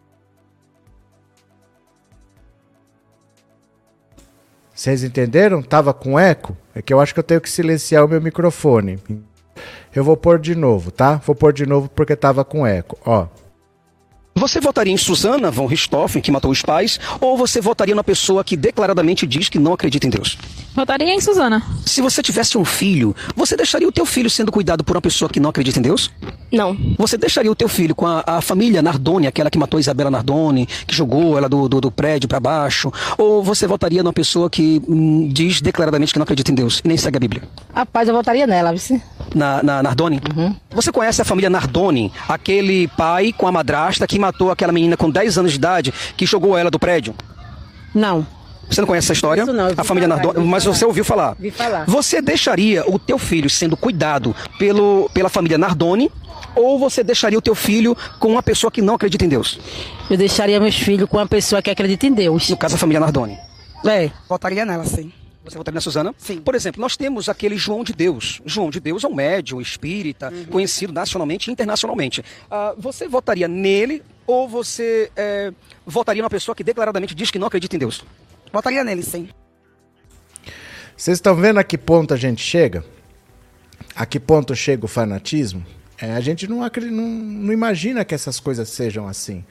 Vocês entenderam? Tava com eco? É que eu acho que eu tenho que silenciar o meu microfone. Eu vou pôr de novo, tá? Vou pôr de novo porque tava com eco. Ó. Você votaria em Susana von Richthofen, que matou os pais, ou você votaria na pessoa que declaradamente diz que não acredita em Deus? Votaria em Suzana. Se você tivesse um filho, você deixaria o teu filho sendo cuidado por uma pessoa que não acredita em Deus? Não. Você deixaria o teu filho com a família Nardoni, aquela que matou Isabela Nardoni, que jogou ela do prédio para baixo? Ou você votaria numa pessoa que diz declaradamente que não acredita em Deus e nem segue a Bíblia? Rapaz, eu votaria nela, viu? Na Nardoni? Uhum. Você conhece a família Nardoni? Aquele pai com a madrasta que matou aquela menina com 10 anos de idade, que jogou ela do prédio? Não. Você não conhece essa história? Isso não, a família Nardoni, mas você ouviu falar? Vi falar. Você deixaria o teu filho sendo cuidado pela família Nardoni, ou você deixaria o teu filho com uma pessoa que não acredita em Deus? Eu deixaria meus filhos com uma pessoa que acredita em Deus. No caso, a família Nardoni. Votaria nela, sim. Você votaria na Suzana? Sim. Por exemplo, nós temos aquele João de Deus. João de Deus é um médium, espírita, conhecido nacionalmente e internacionalmente. Você votaria nele ou você votaria numa pessoa que declaradamente diz que não acredita em Deus? Votaria nele, sim. Vocês estão vendo a que ponto a gente chega? A que ponto chega o fanatismo? A gente não imagina que essas coisas sejam assim.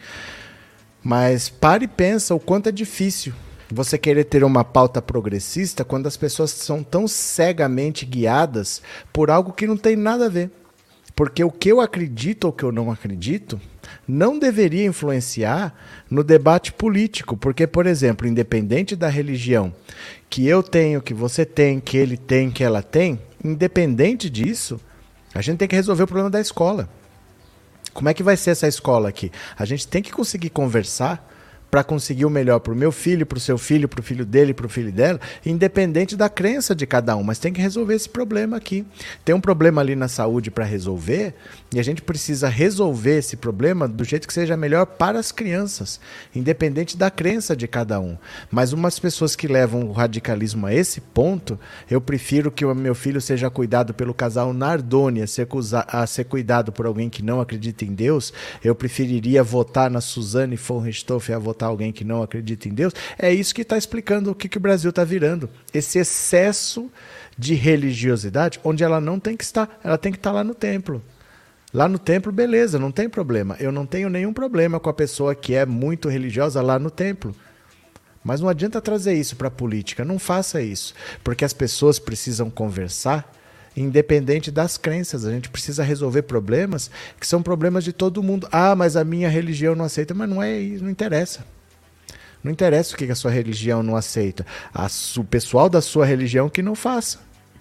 Mas pare e pensa o quanto é difícil você querer ter uma pauta progressista quando as pessoas são tão cegamente guiadas por algo que não tem nada a ver. Porque o que eu acredito ou o que eu não acredito não deveria influenciar no debate político. Porque, por exemplo, independente da religião que eu tenho, que você tem, que ele tem, que ela tem, independente disso, a gente tem que resolver o problema da escola. Como é que vai ser essa escola aqui? A gente tem que conseguir conversar para conseguir o melhor para o meu filho, para o seu filho, para o filho dele, para o filho dela, independente da crença de cada um. Mas tem que resolver esse problema aqui. Tem um problema ali na saúde para resolver e a gente precisa resolver esse problema do jeito que seja melhor para as crianças, independente da crença de cada um. Mas umas pessoas que levam o radicalismo a esse ponto, eu prefiro que o meu filho seja cuidado pelo casal Nardoni a ser cuidado por alguém que não acredita em Deus. Eu preferiria votar na Suzane von Richthofen a votar alguém que não acredita em Deus. É isso que está explicando o que o Brasil está virando. Esse excesso de religiosidade, onde ela não tem que estar. Ela tem que estar lá no templo. Lá no templo, beleza, não tem problema. Eu não tenho nenhum problema com a pessoa que é muito religiosa lá no templo. Mas não adianta trazer isso para a política. Não faça isso. Porque as pessoas precisam conversar independente das crenças. A gente precisa resolver problemas que são problemas de todo mundo. Ah, mas a minha religião não aceita. Mas não é isso, não interessa. Não interessa o que a sua religião não aceita. O pessoal da sua religião que não faça.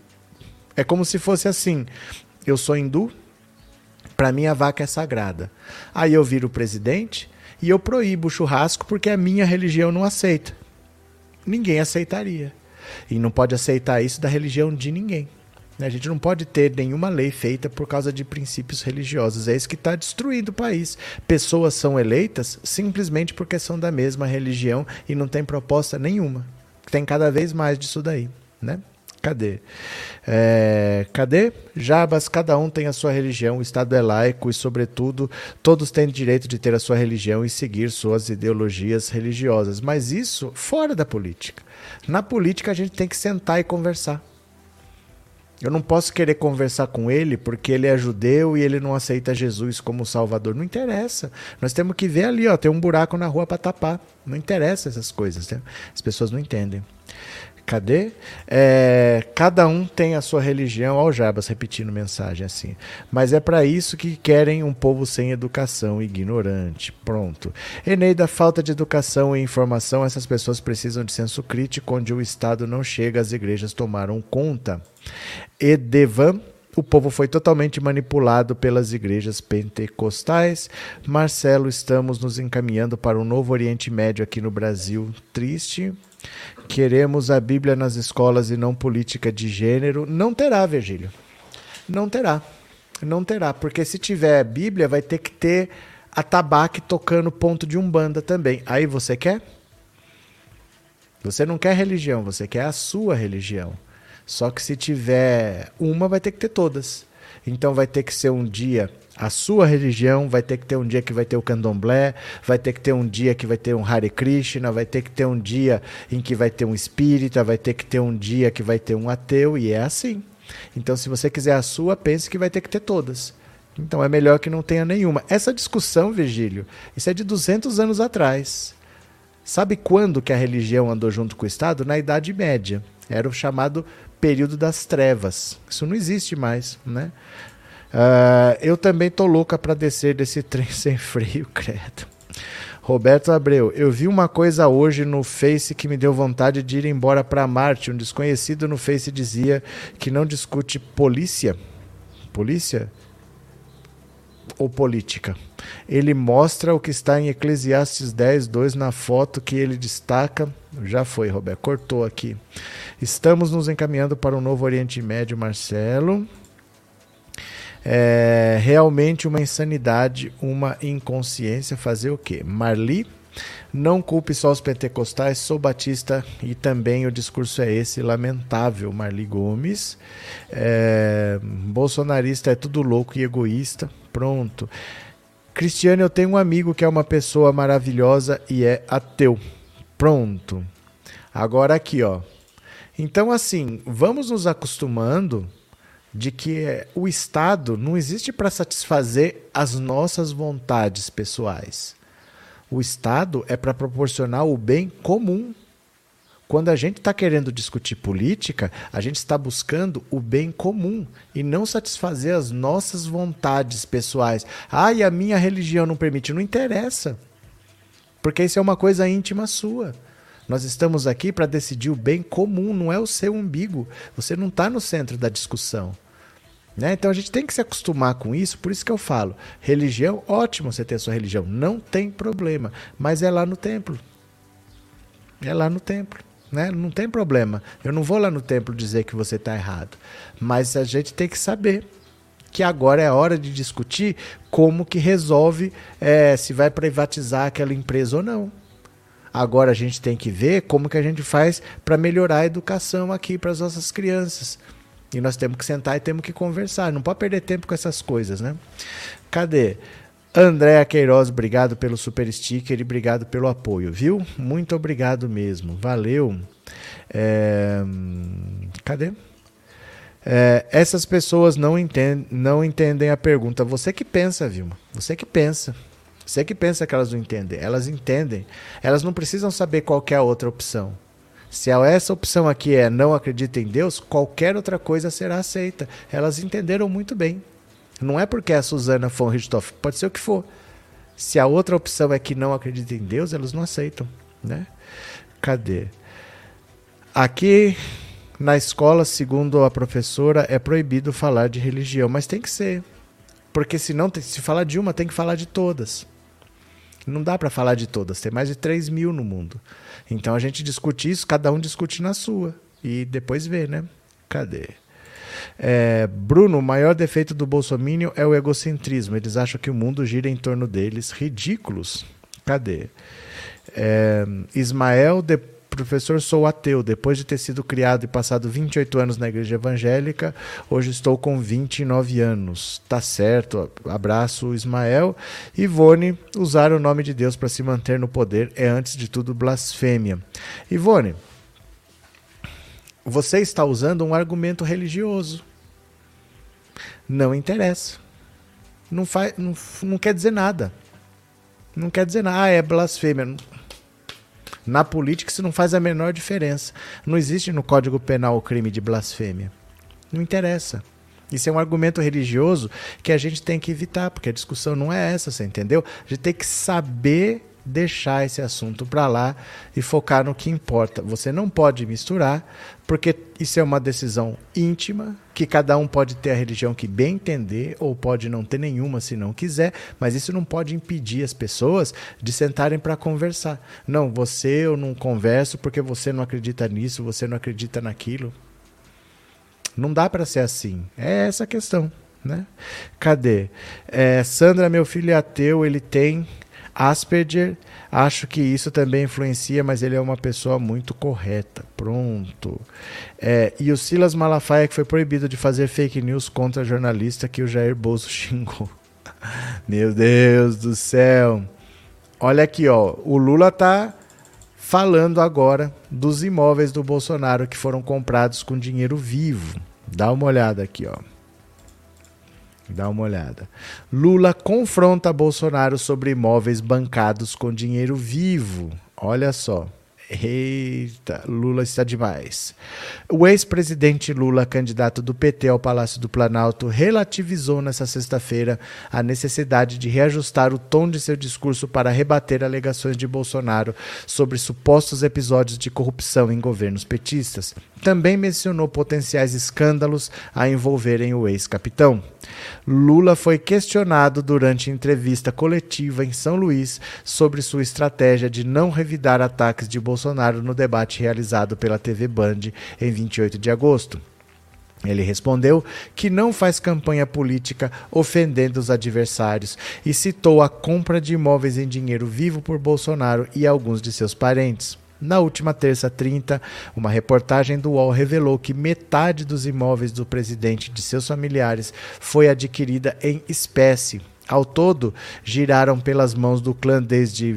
É como se fosse assim. Eu sou hindu, para mim a vaca é sagrada. Aí eu viro presidente e eu proíbo o churrasco porque a minha religião não aceita. Ninguém aceitaria. E não pode aceitar isso da religião de ninguém. A gente não pode ter nenhuma lei feita por causa de princípios religiosos. É isso que está destruindo o país. Pessoas são eleitas simplesmente porque são da mesma religião e não tem proposta nenhuma. Tem cada vez mais disso daí, né? Cadê? Cadê? Jabas, cada um tem a sua religião, o Estado é laico e, sobretudo, todos têm direito de ter a sua religião e seguir suas ideologias religiosas. Mas isso fora da política. Na política a gente tem que sentar e conversar. Eu não posso querer conversar com ele porque ele é judeu e ele não aceita Jesus como Salvador. Não interessa. Nós temos que ver ali, ó, tem um buraco na rua para tapar. Não interessa essas coisas, né? As pessoas não entendem. Cadê? Cada um tem a sua religião. Olha o Jabas repetindo mensagem assim. Mas é para isso que querem um povo sem educação, ignorante. Pronto. Eneida, falta de educação e informação. Essas pessoas precisam de senso crítico, onde o Estado não chega, as igrejas tomaram conta. Edevan, o povo foi totalmente manipulado pelas igrejas pentecostais. Marcelo, estamos nos encaminhando para um novo Oriente Médio aqui no Brasil. Triste. Queremos a Bíblia nas escolas e não política de gênero. Não terá, Virgílio. Não terá. Não terá. Porque se tiver Bíblia, vai ter que ter atabaque tocando ponto de umbanda também. Aí você quer? Você não quer religião, você quer a sua religião. Só que se tiver uma, vai ter que ter todas. Então vai ter que ser um dia a sua religião, vai ter que ter um dia que vai ter o candomblé, vai ter que ter um dia que vai ter um Hare Krishna, vai ter que ter um dia em que vai ter um espírita, vai ter que ter um dia que vai ter um ateu, e é assim. Então se você quiser a sua, pense que vai ter que ter todas. Então é melhor que não tenha nenhuma. Essa discussão, Virgílio, isso é de 200 anos atrás. Sabe quando que a religião andou junto com o Estado? Na Idade Média. Era o chamado período das trevas. Isso não existe mais, né? Eu também tô louca para descer desse trem sem freio, credo. Roberto Abreu, eu vi uma coisa hoje no Face que me deu vontade de ir embora para Marte. Um desconhecido no Face dizia que não discute polícia ou política. Ele mostra o que está em Eclesiastes 10:2 na foto que ele destaca. Já foi, Roberto, cortou aqui. Estamos nos encaminhando para um novo Oriente Médio, Marcelo. É realmente uma insanidade, uma inconsciência. Fazer o quê? Marli, não culpe só os pentecostais, sou batista e também o discurso é esse, lamentável. Marli Gomes, bolsonarista é tudo louco e egoísta. Pronto. Cristiane, eu tenho um amigo que é uma pessoa maravilhosa e é ateu. Pronto. Agora aqui, ó. Então, assim, vamos nos acostumando de que o Estado não existe para satisfazer as nossas vontades pessoais. O Estado é para proporcionar o bem comum. Quando a gente está querendo discutir política, a gente está buscando o bem comum e não satisfazer as nossas vontades pessoais. Ah, e a minha religião não permite. Não interessa, porque isso é uma coisa íntima sua. Nós estamos aqui para decidir o bem comum, não é o seu umbigo. Você não está no centro da discussão. Né? Então a gente tem que se acostumar com isso, por isso que eu falo. Religião, ótimo você ter a sua religião, não tem problema, mas é lá no templo. É lá no templo. Né? Não tem problema. Eu não vou lá no templo dizer que você está errado. Mas a gente tem que saber que agora é a hora de discutir como que resolve se vai privatizar aquela empresa ou não. Agora a gente tem que ver como que a gente faz para melhorar a educação aqui para as nossas crianças. E nós temos que sentar e temos que conversar. Não pode perder tempo com essas coisas, né? Cadê? Andréa Queiroz, obrigado pelo super sticker e obrigado pelo apoio, viu? Muito obrigado mesmo. Valeu. Cadê? Essas pessoas não entendem a pergunta. Você que pensa, Vilma. Você que pensa. Você que pensa que elas não entendem. Elas entendem. Elas não precisam saber qual que é a outra opção. Se essa opção aqui é não acredita em Deus, qualquer outra coisa será aceita. Elas entenderam muito bem. Não é porque é a Susana von Richthofen, pode ser o que for. Se a outra opção é que não acredita em Deus, elas não aceitam. Né? Cadê? Aqui na escola, segundo a professora, é proibido falar de religião, mas tem que ser. Porque senão, se falar de uma, tem que falar de todas. Não dá para falar de todas, tem mais de 3 mil no mundo. Então a gente discute isso, cada um discute na sua. E depois vê, né? Cadê? Bruno, o maior defeito do bolsominion é o egocentrismo. Eles acham que o mundo gira em torno deles. Ridículos. Cadê? Ismael, professor, sou ateu. Depois de ter sido criado e passado 28 anos na igreja evangélica, hoje estou com 29 anos. Tá certo. Abraço, Ismael. Ivone, usar o nome de Deus para se manter no poder é, antes de tudo, blasfêmia. Ivone, você está usando um argumento religioso. Não interessa. Não quer dizer nada. Não quer dizer nada. É blasfêmia. Na política isso não faz a menor diferença. Não existe no Código Penal o crime de blasfêmia. Não interessa. Isso é um argumento religioso que a gente tem que evitar, porque a discussão não é essa, você entendeu? A gente tem que saber deixar esse assunto para lá e focar no que importa. Você não pode misturar, porque isso é uma decisão íntima, que cada um pode ter a religião que bem entender, ou pode não ter nenhuma se não quiser, mas isso não pode impedir as pessoas de sentarem para conversar. Não, eu não converso porque você não acredita nisso, você não acredita naquilo. Não dá para ser assim. É essa a questão. né? Cadê? Sandra, meu filho é ateu, ele tem Asperger. Acho que isso também influencia, mas ele é uma pessoa muito correta. Pronto. E o Silas Malafaia, que foi proibido de fazer fake news contra jornalista que o Jair Bolso xingou. Meu Deus do céu. Olha aqui, ó. O Lula tá falando agora dos imóveis do Bolsonaro que foram comprados com dinheiro vivo. Dá uma olhada aqui, ó. Dá uma olhada. Lula confronta Bolsonaro sobre imóveis bancados com dinheiro vivo. Olha só. Eita, Lula está demais. O ex-presidente Lula, candidato do PT ao Palácio do Planalto, relativizou nesta sexta-feira a necessidade de reajustar o tom de seu discurso para rebater alegações de Bolsonaro sobre supostos episódios de corrupção em governos petistas. Também mencionou potenciais escândalos a envolverem o ex-capitão. Lula foi questionado durante entrevista coletiva em São Luís sobre sua estratégia de não revidar ataques de Bolsonaro no debate realizado pela TV Band em 28 de agosto. Ele respondeu que não faz campanha política ofendendo os adversários e citou a compra de imóveis em dinheiro vivo por Bolsonaro e alguns de seus parentes. Na última terça, 30, uma reportagem do UOL revelou que metade dos imóveis do presidente e de seus familiares foi adquirida em espécie. Ao todo, giraram pelas mãos do clã desde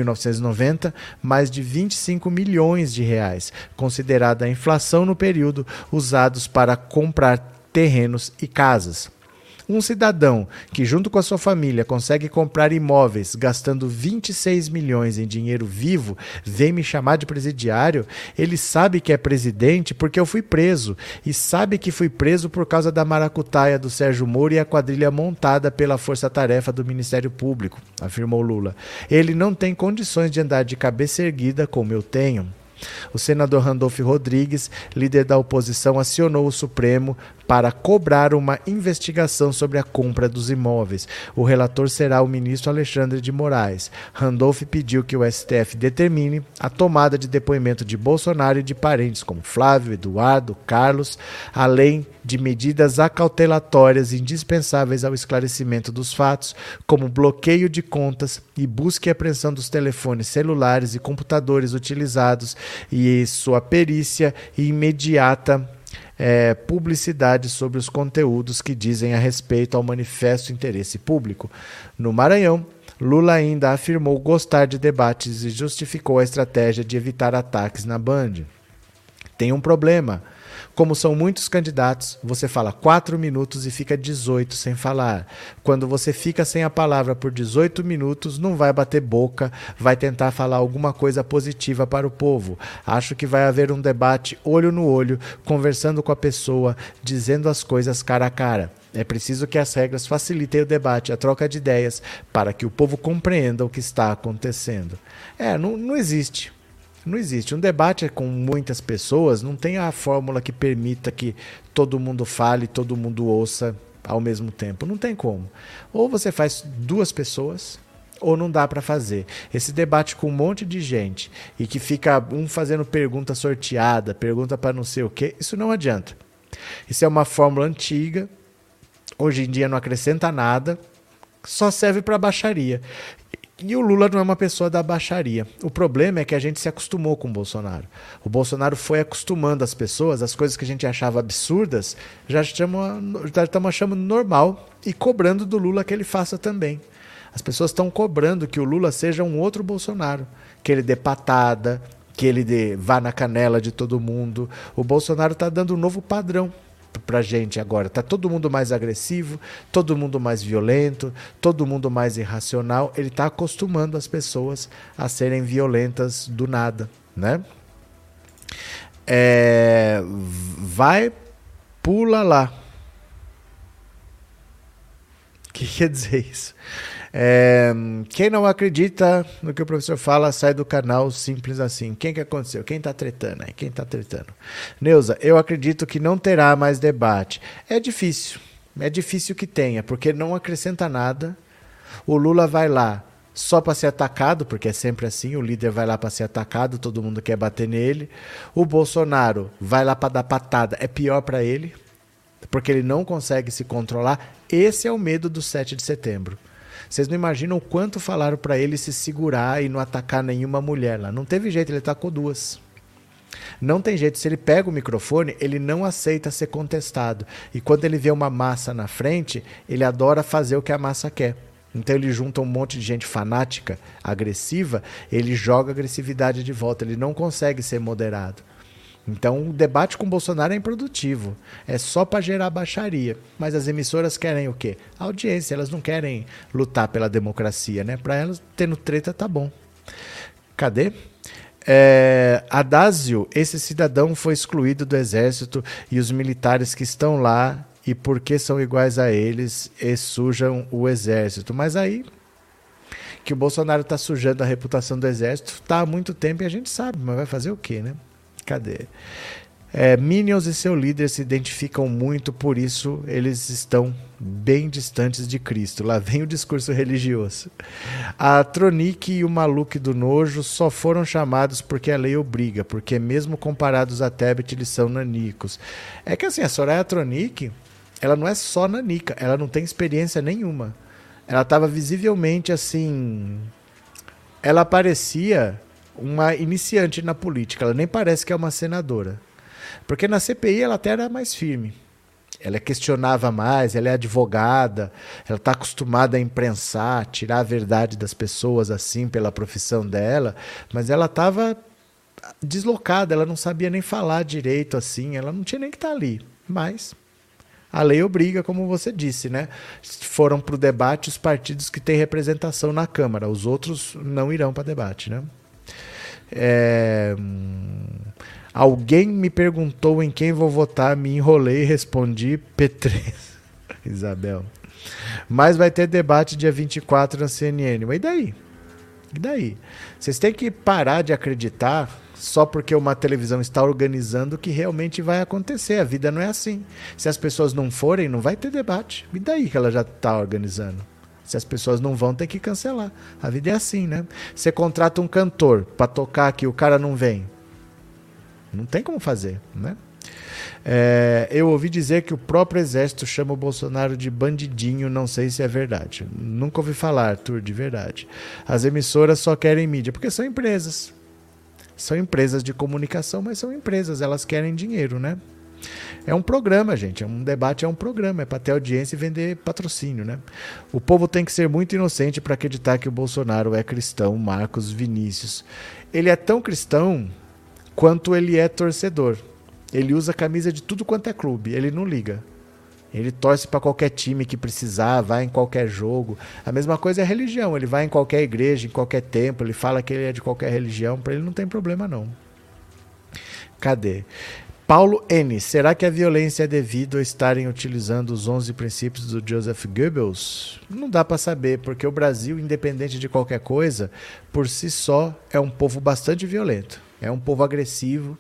1990 mais de 25 milhões de reais, considerada a inflação no período, usados para comprar terrenos e casas. Um cidadão que, junto com a sua família, consegue comprar imóveis gastando 26 milhões em dinheiro vivo, vem me chamar de presidiário? Ele sabe que é presidente porque eu fui preso. E sabe que fui preso por causa da maracutaia do Sérgio Moro e a quadrilha montada pela força-tarefa do Ministério Público, afirmou Lula. Ele não tem condições de andar de cabeça erguida como eu tenho. O senador Randolfo Rodrigues, líder da oposição, acionou o Supremo para cobrar uma investigação sobre a compra dos imóveis. O relator será o ministro Alexandre de Moraes. Randolph pediu que o STF determine a tomada de depoimento de Bolsonaro e de parentes como Flávio, Eduardo, Carlos, além de medidas acautelatórias indispensáveis ao esclarecimento dos fatos, como bloqueio de contas e busca e apreensão dos telefones celulares e computadores utilizados e sua perícia e imediata publicidade sobre os conteúdos que dizem a respeito ao manifesto interesse público. No Maranhão, Lula ainda afirmou gostar de debates e justificou a estratégia de evitar ataques na Band. Tem um problema. Como são muitos candidatos, você fala 4 minutos e fica 18 sem falar. Quando você fica sem a palavra por 18 minutos, não vai bater boca, vai tentar falar alguma coisa positiva para o povo. Acho que vai haver um debate olho no olho, conversando com a pessoa, dizendo as coisas cara a cara. É preciso que as regras facilitem o debate, a troca de ideias, para que o povo compreenda o que está acontecendo. Não existe. Não existe. Um debate com muitas pessoas não tem a fórmula que permita que todo mundo fale, todo mundo ouça ao mesmo tempo. Não tem como. Ou você faz 2 pessoas, ou não dá para fazer. Esse debate com um monte de gente e que fica um fazendo pergunta sorteada, pergunta para não sei o quê, isso não adianta. Isso é uma fórmula antiga, hoje em dia não acrescenta nada, só serve para baixaria. E o Lula não é uma pessoa da baixaria. O problema é que a gente se acostumou com o Bolsonaro. O Bolsonaro foi acostumando as pessoas, as coisas que a gente achava absurdas, já estamos achando normal e cobrando do Lula que ele faça também. As pessoas estão cobrando que o Lula seja um outro Bolsonaro, que ele dê patada, que ele vá na canela de todo mundo. O Bolsonaro está dando um novo padrão pra gente agora. Tá todo mundo mais agressivo, todo mundo mais violento, todo mundo mais irracional. Ele tá acostumando as pessoas a serem violentas do nada, né? Vai, pula lá. O que quer dizer isso? Quem não acredita no que o professor fala, sai do canal, simples assim. Quem que aconteceu? Quem tá tretando aí? Quem tá tretando? Neuza, eu acredito que não terá mais debate. É difícil que tenha, porque não acrescenta nada. O Lula vai lá só para ser atacado, porque é sempre assim, o líder vai lá para ser atacado, todo mundo quer bater nele. O Bolsonaro vai lá para dar patada, é pior para ele, porque ele não consegue se controlar. Esse é o medo do 7 de setembro. Vocês não imaginam o quanto falaram para ele se segurar e não atacar nenhuma mulher lá. Não teve jeito, ele atacou 2. Não tem jeito, se ele pega o microfone, ele não aceita ser contestado. E quando ele vê uma massa na frente, ele adora fazer o que a massa quer. Então ele junta um monte de gente fanática, agressiva, ele joga a agressividade de volta, ele não consegue ser moderado. Então o debate com o Bolsonaro é improdutivo, é só para gerar baixaria. Mas as emissoras querem o quê? A audiência, elas não querem lutar pela democracia, né? Para elas, tendo treta tá bom. Cadê? Adásio, esse cidadão foi excluído do exército e os militares que estão lá, e porque são iguais a eles, e sujam o exército. Mas aí, que o Bolsonaro está sujando a reputação do exército, está há muito tempo e a gente sabe, mas vai fazer o quê, né? Cadê? Minions e seu líder se identificam muito, por isso eles estão bem distantes de Cristo. Lá vem o discurso religioso. A Tronic e o Maluque do Nojo só foram chamados porque a lei obriga, porque mesmo comparados a Tebet, eles são nanicos. É que assim, a Soraya Tronic, ela não é só nanica, ela não tem experiência nenhuma. Ela estava visivelmente assim... Ela parecia uma iniciante na política, ela nem parece que é uma senadora. Porque na CPI ela até era mais firme. Ela questionava mais, ela é advogada, ela está acostumada a imprensar, tirar a verdade das pessoas assim pela profissão dela, mas ela estava deslocada, ela não sabia nem falar direito assim, ela não tinha nem que estar ali. Mas a lei obriga, como você disse, né? Foram para o debate os partidos que têm representação na Câmara, os outros não irão para debate, né? Alguém me perguntou em quem vou votar, me enrolei e respondi P3. Isabel. Mas vai ter debate dia 24 na CNN. Mas e daí? E daí? Vocês têm que parar de acreditar só porque uma televisão está organizando que realmente vai acontecer. A vida não é assim. Se as pessoas não forem, não vai ter debate. E daí que ela já está organizando? Se as pessoas não vão, tem que cancelar. A vida é assim, né? Você contrata um cantor para tocar aqui, o cara não vem. Não tem como fazer, né? Eu ouvi dizer que o próprio exército chama o Bolsonaro de bandidinho, não sei se é verdade. Nunca ouvi falar, Arthur, de verdade. As emissoras só querem mídia, porque são empresas. São empresas de comunicação, mas são empresas, elas querem dinheiro, né? É um programa, gente, um debate é um programa, é para ter audiência e vender patrocínio, né? O povo tem que ser muito inocente para acreditar que o Bolsonaro é cristão, Marcos Vinícius. Ele é tão cristão quanto ele é torcedor. Ele usa camisa de tudo quanto é clube, ele não liga. Ele torce para qualquer time que precisar, vai em qualquer jogo. A mesma coisa é a religião, ele vai em qualquer igreja, em qualquer templo, ele fala que ele é de qualquer religião, para ele não tem problema não. Cadê? Paulo N. Será que a violência é devido a estarem utilizando os 11 princípios do Joseph Goebbels? Não dá para saber, porque o Brasil, independente de qualquer coisa, por si só é um povo bastante violento. É um povo agressivo,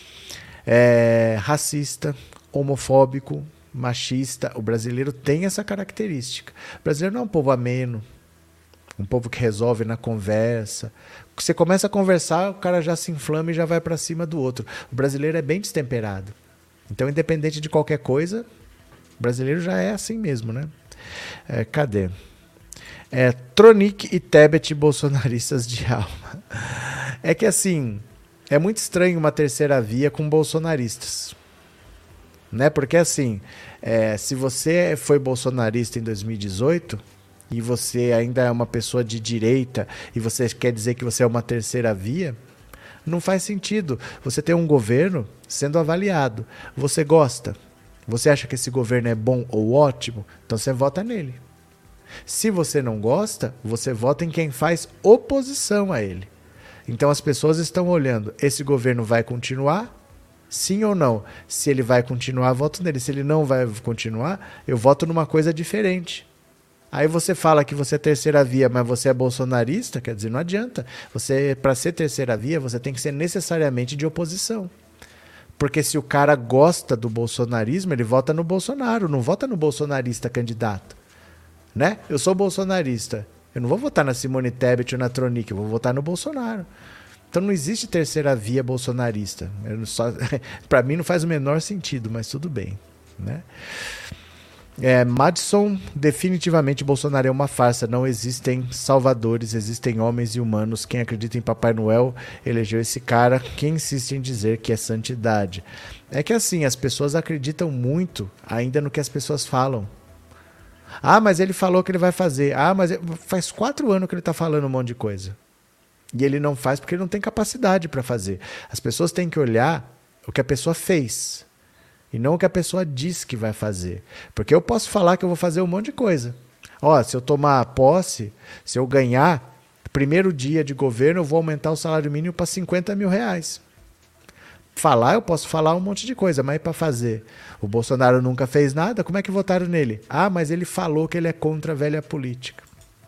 racista, homofóbico, machista. O brasileiro tem essa característica. O brasileiro não é um povo ameno, um povo que resolve na conversa. Você começa a conversar, o cara já se inflama e já vai para cima do outro. O brasileiro é bem destemperado. Então, independente de qualquer coisa, o brasileiro já é assim mesmo, né? Cadê? Tronic e Tebet bolsonaristas de alma. É que assim, é muito estranho uma terceira via com bolsonaristas. Né? Porque assim, se você foi bolsonarista em 2018... e você ainda é uma pessoa de direita e você quer dizer que você é uma terceira via, não faz sentido. Você tem um governo sendo avaliado. Você gosta? Você acha que esse governo é bom ou ótimo? Então você vota nele. Se você não gosta, você vota em quem faz oposição a ele. Então as pessoas estão olhando, esse governo vai continuar? Sim ou não? Se ele vai continuar, voto nele. Se ele não vai continuar, eu voto numa coisa diferente. Aí você fala que você é terceira via, mas você é bolsonarista, quer dizer, não adianta. Para ser terceira via, você tem que ser necessariamente de oposição. Porque se o cara gosta do bolsonarismo, ele vota no Bolsonaro, não vota no bolsonarista candidato. Né? Eu sou bolsonarista, eu não vou votar na Simone Tebet ou na Tronic, eu vou votar no Bolsonaro. Então não existe terceira via bolsonarista. Para mim não faz o menor sentido, mas tudo bem. Né? Madison, definitivamente Bolsonaro é uma farsa. Não existem salvadores, existem homens e humanos. Quem acredita em Papai Noel elegeu esse cara. Quem insiste em dizer que é santidade? É que assim, as pessoas acreditam muito ainda no que as pessoas falam. Ah, mas ele falou que ele vai fazer. Ah, mas faz 4 anos que ele está falando um monte de coisa. E ele não faz porque ele não tem capacidade para fazer. As pessoas têm que olhar o que a pessoa fez e não o que a pessoa diz que vai fazer. Porque eu posso falar que eu vou fazer um monte de coisa. Ó, se eu tomar posse, se eu ganhar, primeiro dia de governo, eu vou aumentar o salário mínimo para 50 mil reais. Falar, eu posso falar um monte de coisa, mas para fazer. O Bolsonaro nunca fez nada, como é que votaram nele? Ah, mas ele falou que ele é contra a velha política.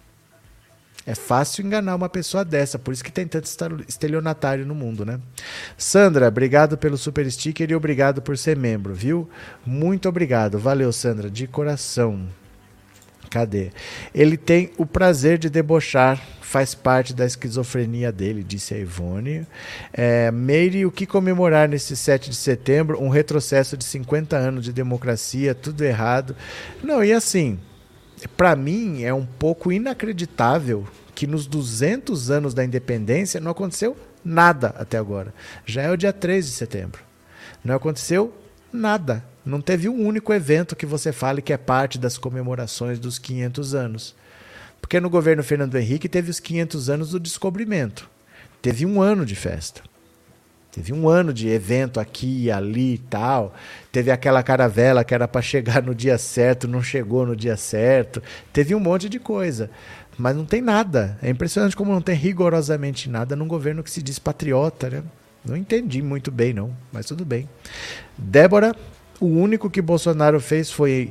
É fácil enganar uma pessoa dessa, por isso que tem tanto estelionatário no mundo, né? Sandra, obrigado pelo super sticker e obrigado por ser membro, viu? Muito obrigado. Valeu, Sandra, de coração. Cadê? Ele tem o prazer de debochar, faz parte da esquizofrenia dele, disse a Ivone. Meire, o que comemorar nesse 7 de setembro? Um retrocesso de 50 anos de democracia, tudo errado. Não, e assim, para mim é um pouco inacreditável que nos 200 anos da independência não aconteceu nada até agora. Já é o dia 3 de setembro. Não aconteceu nada. Não teve um único evento que você fale que é parte das comemorações dos 500 anos. Porque no governo Fernando Henrique teve os 500 anos do descobrimento. Teve 1 ano de festa. Teve 1 ano de evento aqui e ali e tal. Teve aquela caravela que era para chegar no dia certo, não chegou no dia certo. Teve um monte de coisa. Mas não tem nada. É impressionante como não tem rigorosamente nada num governo que se diz patriota, né? Não entendi muito bem, não. Mas tudo bem. Débora, o único que Bolsonaro fez foi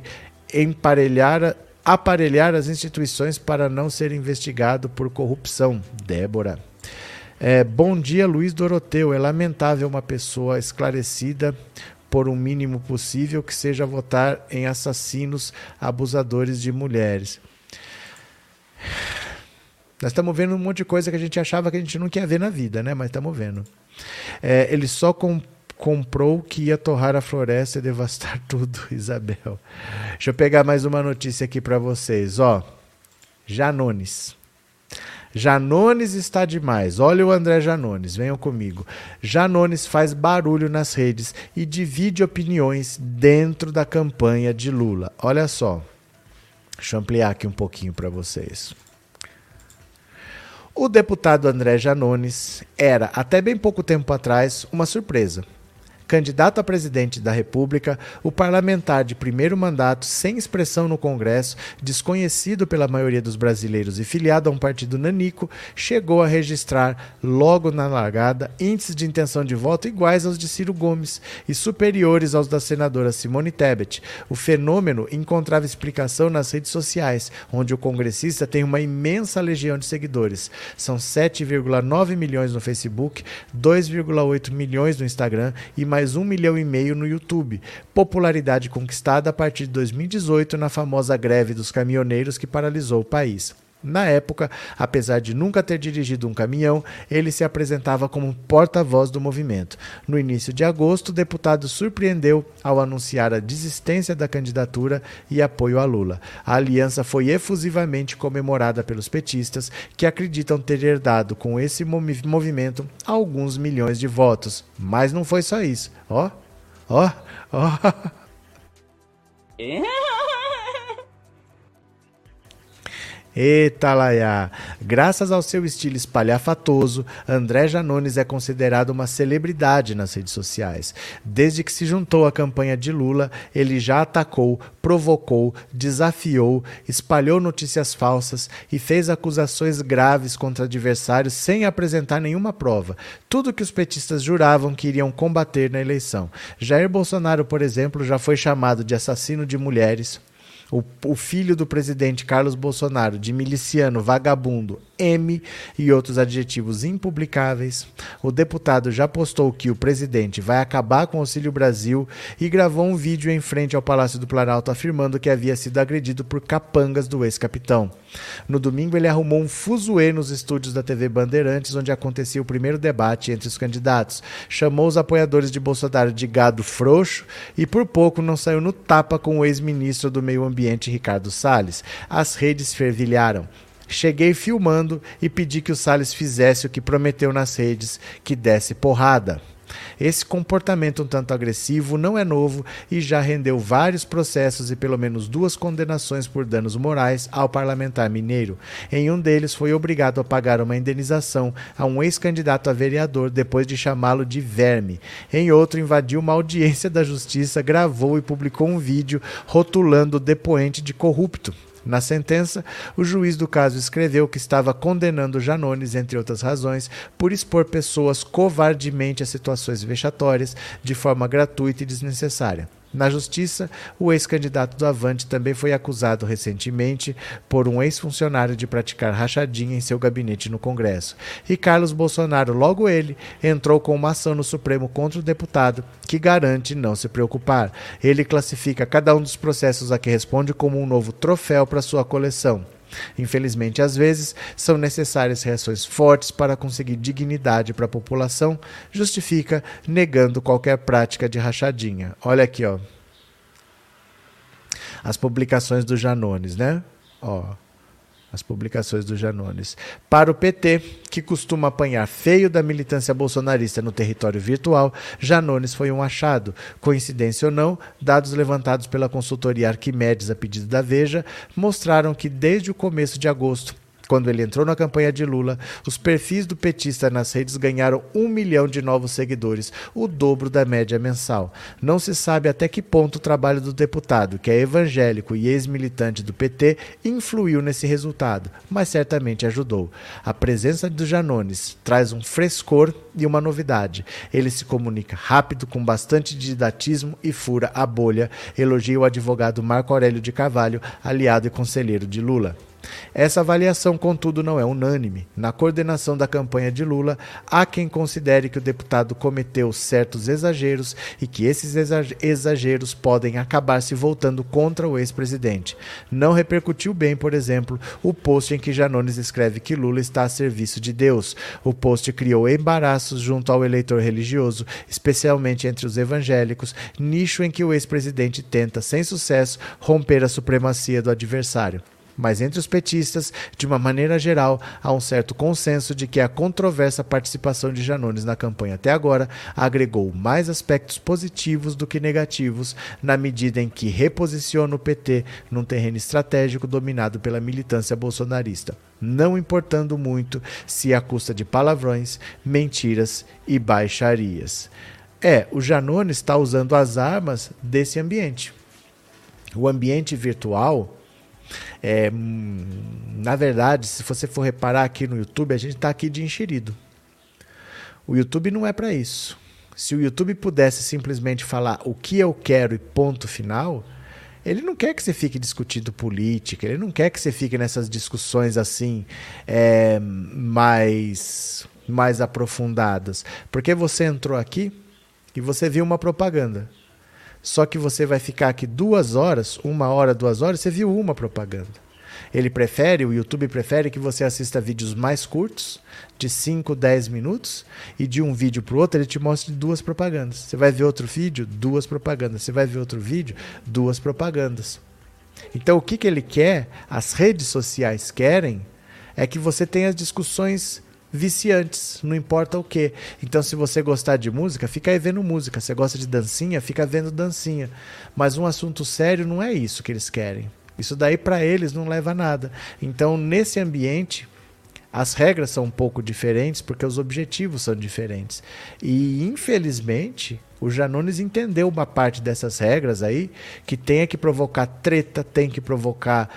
aparelhar as instituições para não ser investigado por corrupção. Débora. Bom dia, Luiz Doroteu. É lamentável uma pessoa esclarecida por um mínimo possível que seja votar em assassinos, abusadores de mulheres. Nós estamos vendo um monte de coisa que a gente achava que a gente não queria ver na vida, né? Mas estamos vendo. Ele só comprou que ia torrar a floresta e devastar tudo, Isabel. Deixa eu pegar mais uma notícia aqui para vocês. Ó, Janones. Janones está demais. Olha o André Janones, venham comigo. Janones faz barulho nas redes e divide opiniões dentro da campanha de Lula. Olha só. Deixa eu ampliar aqui um pouquinho para vocês. O deputado André Janones era, até bem pouco tempo atrás, uma surpresa. Candidato a presidente da República, o parlamentar de primeiro mandato, sem expressão no Congresso, desconhecido pela maioria dos brasileiros e filiado a um partido nanico, chegou a registrar, logo na largada, índices de intenção de voto iguais aos de Ciro Gomes e superiores aos da senadora Simone Tebet. O fenômeno encontrava explicação nas redes sociais, onde o congressista tem uma imensa legião de seguidores. São 7,9 milhões no Facebook, 2,8 milhões no Instagram e mais 1,5 milhão no YouTube, popularidade conquistada a partir de 2018 na famosa greve dos caminhoneiros que paralisou o país. Na época, apesar de nunca ter dirigido um caminhão, ele se apresentava como porta-voz do movimento. No início de agosto, o deputado surpreendeu ao anunciar a desistência da candidatura e apoio a Lula. A aliança foi efusivamente comemorada pelos petistas, que acreditam ter herdado com esse movimento alguns milhões de votos. Mas não foi só isso. Ó. Eita laiá! Graças ao seu estilo espalhafatoso, André Janones é considerado uma celebridade nas redes sociais. Desde que se juntou à campanha de Lula, ele já atacou, provocou, desafiou, espalhou notícias falsas e fez acusações graves contra adversários sem apresentar nenhuma prova. Tudo que os petistas juravam que iriam combater na eleição. Jair Bolsonaro, por exemplo, já foi chamado de assassino de mulheres. O filho do presidente Carlos Bolsonaro, de miliciano, vagabundo, M e outros adjetivos impublicáveis. O deputado já postou que o presidente vai acabar com o Auxílio Brasil e gravou um vídeo em frente ao Palácio do Planalto afirmando que havia sido agredido por capangas do ex-capitão. No domingo, ele arrumou um fuzuê nos estúdios da TV Bandeirantes, onde acontecia o primeiro debate entre os candidatos. Chamou os apoiadores de Bolsonaro de gado frouxo e por pouco não saiu no tapa com o ex-ministro do Meio Ambiente, Ricardo Salles. As redes fervilharam. Cheguei filmando e pedi que o Salles fizesse o que prometeu nas redes, que desse porrada. Esse comportamento um tanto agressivo não é novo e já rendeu vários processos e pelo menos 2 condenações por danos morais ao parlamentar mineiro. Em um deles foi obrigado a pagar uma indenização a um ex-candidato a vereador depois de chamá-lo de verme. Em outro, invadiu uma audiência da justiça, gravou e publicou um vídeo rotulando o depoente de corrupto. Na sentença, o juiz do caso escreveu que estava condenando Janones, entre outras razões, por expor pessoas covardemente a situações vexatórias de forma gratuita e desnecessária. Na justiça, o ex-candidato do Avante também foi acusado recentemente por um ex-funcionário de praticar rachadinha em seu gabinete no Congresso. E Carlos Bolsonaro, logo ele, entrou com uma ação no Supremo contra o deputado, que garante não se preocupar. Ele classifica cada um dos processos a que responde como um novo troféu para sua coleção. Infelizmente, às vezes, são necessárias reações fortes para conseguir dignidade para a população, justifica negando qualquer prática de rachadinha. Olha aqui, ó. As publicações do Janones, né? Ó. As publicações do Janones. Para o PT, que costuma apanhar feio da militância bolsonarista no território virtual, Janones foi um achado. Coincidência ou não, dados levantados pela consultoria Arquimedes a pedido da Veja mostraram que desde o começo de agosto, quando ele entrou na campanha de Lula, os perfis do petista nas redes ganharam 1 milhão de novos seguidores, o dobro da média mensal. Não se sabe até que ponto o trabalho do deputado, que é evangélico e ex-militante do PT, influiu nesse resultado, mas certamente ajudou. A presença do Janones traz um frescor e uma novidade. Ele se comunica rápido, com bastante didatismo e fura a bolha, elogia o advogado Marco Aurélio de Carvalho, aliado e conselheiro de Lula. Essa avaliação, contudo, não é unânime. Na coordenação da campanha de Lula, há quem considere que o deputado cometeu certos exageros e que esses exageros podem acabar se voltando contra o ex-presidente. Não repercutiu bem, por exemplo, o post em que Janones escreve que Lula está a serviço de Deus. O post criou embaraços junto ao eleitor religioso, especialmente entre os evangélicos, nicho em que o ex-presidente tenta, sem sucesso, romper a supremacia do adversário. Mas entre os petistas, de uma maneira geral, há um certo consenso de que a controversa participação de Janones na campanha até agora agregou mais aspectos positivos do que negativos, na medida em que reposiciona o PT num terreno estratégico dominado pela militância bolsonarista, não importando muito se à custa de palavrões, mentiras e baixarias. O Janones está usando as armas desse ambiente. O ambiente virtual... na verdade, se você for reparar aqui no YouTube, a gente está aqui de enxerido. O YouTube não é para isso. Se o YouTube pudesse simplesmente falar o que eu quero e ponto final, ele não quer que você fique discutindo política, ele não quer que você fique nessas discussões assim mais aprofundadas. Porque você entrou aqui e você viu uma propaganda. Só que você vai ficar aqui 2 horas, 1 hora, 2 horas, você viu uma propaganda. O YouTube prefere que você assista vídeos mais curtos, de 5, 10 minutos, e de um vídeo para o outro ele te mostra 2 propagandas. Você vai ver outro vídeo, 2 propagandas. Você vai ver outro vídeo, 2 propagandas. Então o que ele quer, as redes sociais querem, é que você tenha as discussões viciantes, não importa o que. Então, se você gostar de música, fica aí vendo música. Se você gosta de dancinha, fica vendo dancinha. Mas um assunto sério não é isso que eles querem. Isso daí para eles não leva a nada. Então, nesse ambiente, as regras são um pouco diferentes porque os objetivos são diferentes. E, infelizmente, o Janones entendeu uma parte dessas regras aí, que tem que provocar treta, tem que provocar...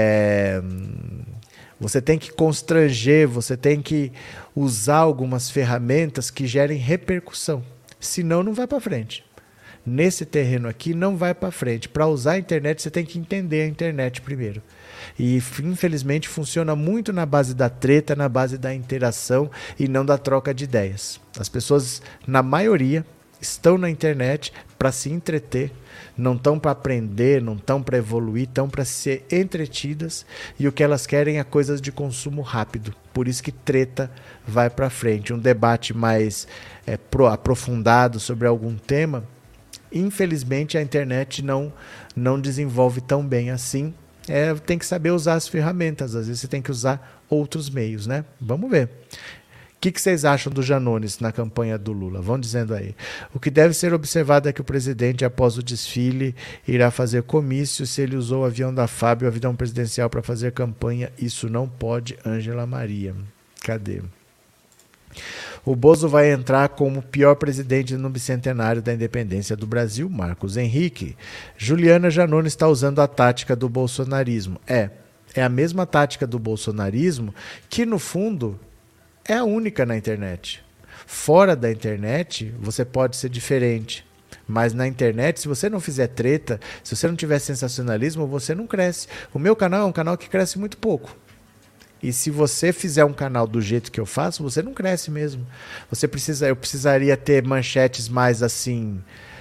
Você tem que constranger, você tem que usar algumas ferramentas que gerem repercussão. Senão, não vai para frente. nesse terreno aqui não vai para frente. Para usar a internet, você tem que entender a internet primeiro. E, infelizmente, funciona muito na base da treta, na base da interação e não da troca de ideias. As pessoas, na maioria, estão na internet para se entreter, não estão para aprender, não estão para evoluir, estão para ser entretidas, e o que elas querem é coisas de consumo rápido. Por isso que treta vai para frente. Um debate mais aprofundado sobre algum tema, infelizmente a internet não desenvolve tão bem assim. Tem que saber usar as ferramentas, às vezes você tem que usar outros meios, né? Vamos ver. O que vocês acham do Janones na campanha do Lula? Vão dizendo aí. O que deve ser observado é que o presidente, após o desfile, irá fazer comício. Se ele usou o avião da FAB, o avião presidencial, para fazer campanha, isso não pode. Ângela Maria. Cadê? O Bozo vai entrar como o pior presidente no bicentenário da independência do Brasil. Marcos Henrique. Juliana Janones está usando a tática do bolsonarismo. É a mesma tática do bolsonarismo que, no fundo, é a única na internet. Fora da internet, você pode ser diferente. Mas na internet, se você não fizer treta, se você não tiver sensacionalismo, você não cresce. O meu canal é um canal que cresce muito pouco. E se você fizer um canal do jeito que eu faço, você não cresce mesmo. Eu precisaria ter manchetes mais assim...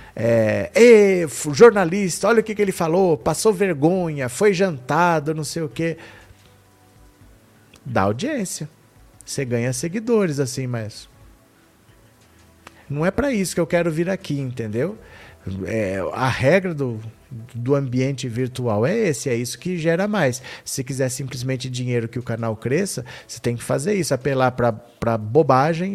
jornalista, olha o que ele falou, passou vergonha, foi jantado, não sei o quê. Dá audiência. Você ganha seguidores, assim, mas... Não é para isso que eu quero vir aqui, entendeu? A regra do ambiente virtual é isso que gera mais. Se quiser simplesmente dinheiro que o canal cresça, você tem que fazer isso, apelar para bobagem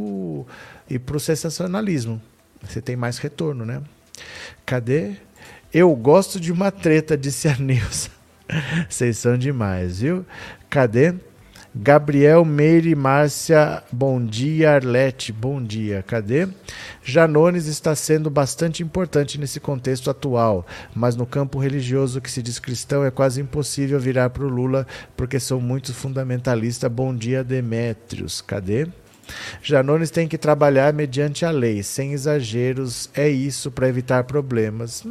e pro sensacionalismo. Você tem mais retorno, né? Cadê? Eu gosto de uma treta, disse a Nilson. Vocês são demais, viu? Cadê? Gabriel, Meire, Márcia, bom dia. Arlete, bom dia. Cadê? Janones está sendo bastante importante nesse contexto atual, mas no campo religioso que se diz cristão é quase impossível virar para o Lula, porque sou muito fundamentalista. Bom dia, Demétrios. Cadê? Janones tem que trabalhar mediante a lei, sem exageros. É isso para evitar problemas.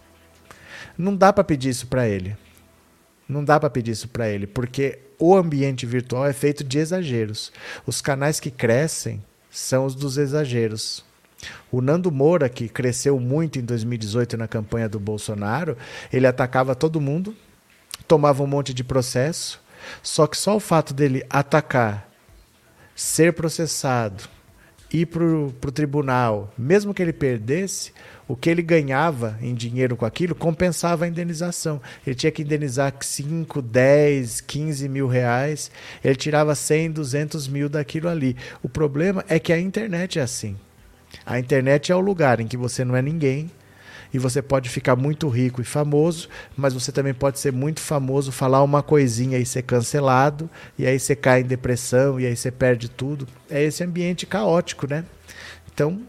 Não dá para pedir isso para ele. Não dá para pedir isso para ele, porque o ambiente virtual é feito de exageros. Os canais que crescem são os dos exageros. O Nando Moura, que cresceu muito em 2018 na campanha do Bolsonaro, ele atacava todo mundo, tomava um monte de processo, só que só o fato dele atacar, ser processado, ir para o tribunal, mesmo que ele perdesse, o que ele ganhava em dinheiro com aquilo compensava a indenização. Ele tinha que indenizar 5, 10, 15 mil reais, ele tirava 100, 200 mil daquilo ali. O problema é que a internet é assim. A internet é o lugar em que você não é ninguém, e você pode ficar muito rico e famoso, mas você também pode ser muito famoso, falar uma coisinha e ser cancelado, e aí você cai em depressão, e aí você perde tudo. É esse ambiente caótico, né? Então,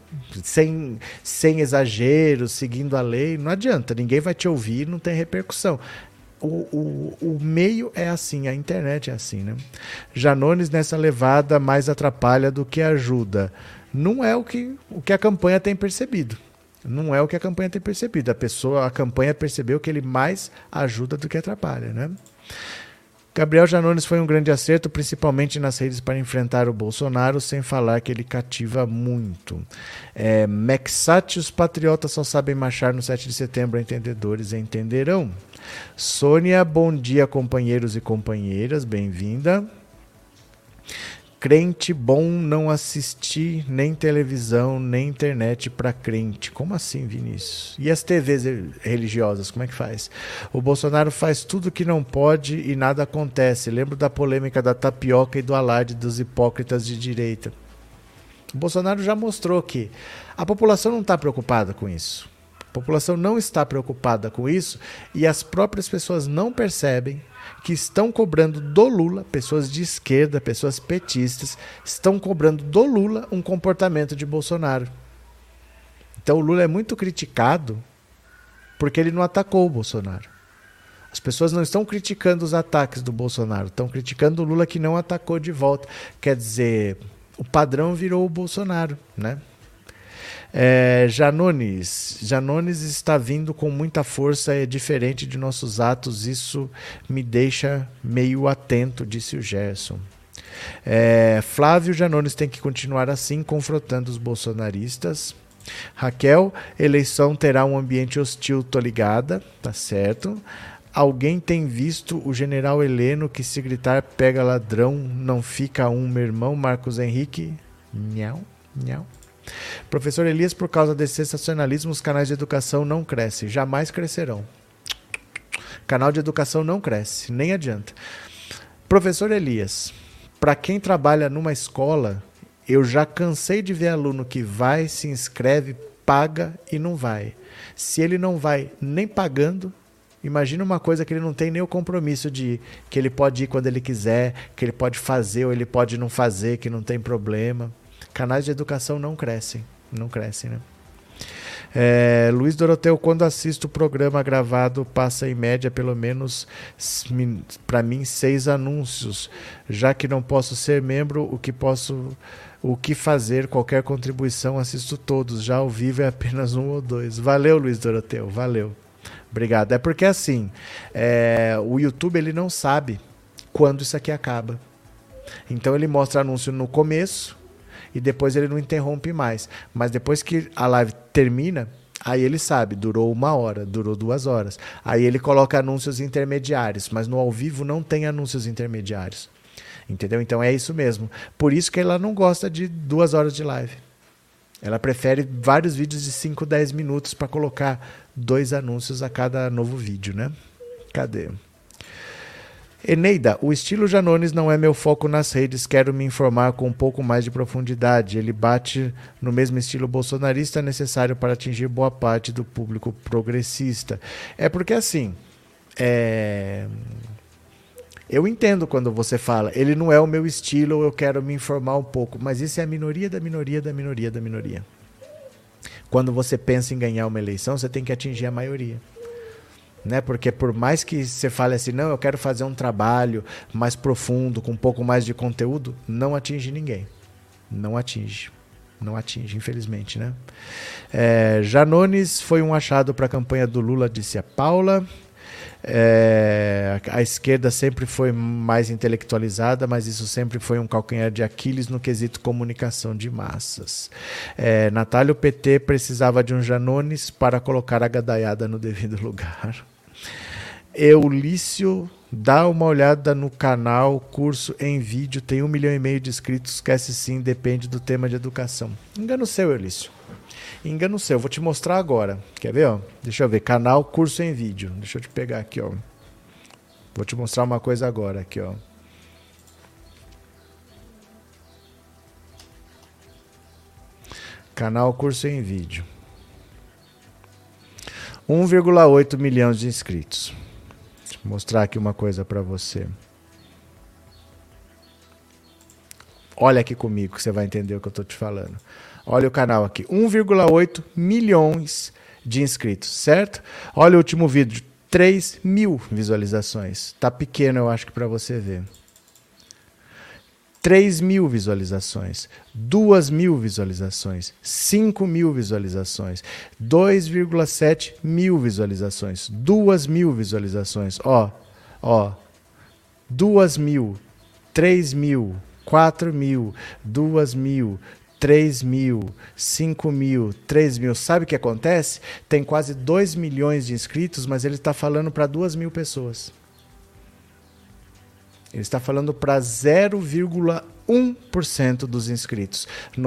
sem exageros, seguindo a lei, não adianta, ninguém vai te ouvir, não tem repercussão. O meio é assim, a internet é assim, né? Janones nessa levada mais atrapalha do que ajuda. Não é o que a campanha tem percebido. Não é o que a campanha tem percebido. A campanha percebeu que ele mais ajuda do que atrapalha, né? Gabriel Janones foi um grande acerto, principalmente nas redes para enfrentar o Bolsonaro, sem falar que ele cativa muito. Mexat, os patriotas só sabem marchar no 7 de setembro, entendedores entenderão. Sônia, bom dia, companheiros e companheiras, bem-vinda. Crente bom não assistir nem televisão, nem internet para crente. Como assim, Vinícius? E as TVs religiosas, como é que faz? O Bolsonaro faz tudo que não pode e nada acontece. Lembro da polêmica da tapioca e do alarde dos hipócritas de direita. O Bolsonaro já mostrou que a população não está preocupada com isso. A população não está preocupada com isso e as próprias pessoas não percebem que estão cobrando do Lula, pessoas de esquerda, pessoas petistas, estão cobrando do Lula um comportamento de Bolsonaro. Então o Lula é muito criticado porque ele não atacou o Bolsonaro. As pessoas não estão criticando os ataques do Bolsonaro, estão criticando o Lula que não atacou de volta. Quer dizer, o padrão virou o Bolsonaro, né? Janones está vindo com muita força, é diferente de nossos atos, isso me deixa meio atento, disse o Gerson. Flávio Janones tem que continuar assim, confrontando os bolsonaristas. Raquel, eleição terá um ambiente hostil, tô ligada, tá certo. Alguém tem visto o general Heleno que se gritar pega ladrão, não fica meu irmão, Marcos Henrique? Nhau, nhau. Professor Elias, por causa desse sensacionalismo, os canais de educação não crescem, jamais crescerão. Canal de educação não cresce, nem adianta. Professor Elias, para quem trabalha numa escola, eu já cansei de ver aluno que vai, se inscreve, paga e não vai. Se ele não vai nem pagando, imagina uma coisa que ele não tem nem o compromisso de ir, que ele pode ir quando ele quiser, que ele pode fazer ou ele pode não fazer, que não tem problema. Canais de educação não crescem, né? Luiz Doroteu, quando assisto o programa gravado, passa em média pelo menos, para mim, 6 anúncios. Já que não posso ser membro, o que fazer, qualquer contribuição, assisto todos. Já ao vivo é apenas 1 ou 2. Valeu, Luiz Doroteu, valeu. Obrigado. É porque assim, o YouTube ele não sabe quando isso aqui acaba. Então ele mostra anúncio no começo e depois ele não interrompe mais. Mas depois que a live termina, aí ele sabe, durou 1 hora, durou 2 horas. Aí ele coloca anúncios intermediários, mas no ao vivo não tem anúncios intermediários. Entendeu? Então é isso mesmo. Por isso que ela não gosta de 2 horas de live. Ela prefere vários vídeos de 5, 10 minutos para colocar 2 anúncios a cada novo vídeo, né? Cadê? Eneida, o estilo Janones não é meu foco nas redes, quero me informar com um pouco mais de profundidade. Ele bate no mesmo estilo bolsonarista necessário para atingir boa parte do público progressista. É porque assim, eu entendo quando você fala, ele não é o meu estilo, eu quero me informar um pouco, mas isso é a minoria da minoria da minoria da minoria. Quando você pensa em ganhar uma eleição, você tem que atingir a maioria. Né? Porque por mais que você fale assim, não, eu quero fazer um trabalho mais profundo, com um pouco mais de conteúdo, não atinge ninguém. Não atinge, infelizmente, né? Janones foi um achado para a campanha do Lula, disse a Paula. A esquerda sempre foi mais intelectualizada, mas isso sempre foi um calcanhar de Aquiles no quesito comunicação de massas. Natália, o PT precisava de um Janones para colocar a gadaiada no devido lugar. Eulício, dá uma olhada no canal, curso em vídeo, tem 1,5 milhão de inscritos, esquece sim, depende do tema de educação. Engano seu, Eulício. Engano seu, vou te mostrar agora. Quer ver? Ó? Deixa eu ver, canal, curso em vídeo. Deixa eu te pegar aqui, ó. Vou te mostrar uma coisa agora aqui, ó. Canal, curso em vídeo. 1,8 milhões de inscritos. Deixa eu mostrar aqui uma coisa para você. Olha aqui comigo que você vai entender o que eu estou te falando. Olha o canal aqui, 1,8 milhões de inscritos, certo? Olha o último vídeo, 3.000 visualizações. Tá pequeno, eu acho que para você ver. 3.000 visualizações, 2.000 visualizações, 5.000 visualizações, 2,7 mil visualizações, 2.000 visualizações, ó, 2.000, 3.000, 4.000, 2.000, 3.000, 5.000, 3.000. Sabe o que acontece? Tem quase 2 milhões de inscritos, mas ele está falando para 2.000 pessoas. Ele está falando para 0,1% dos inscritos.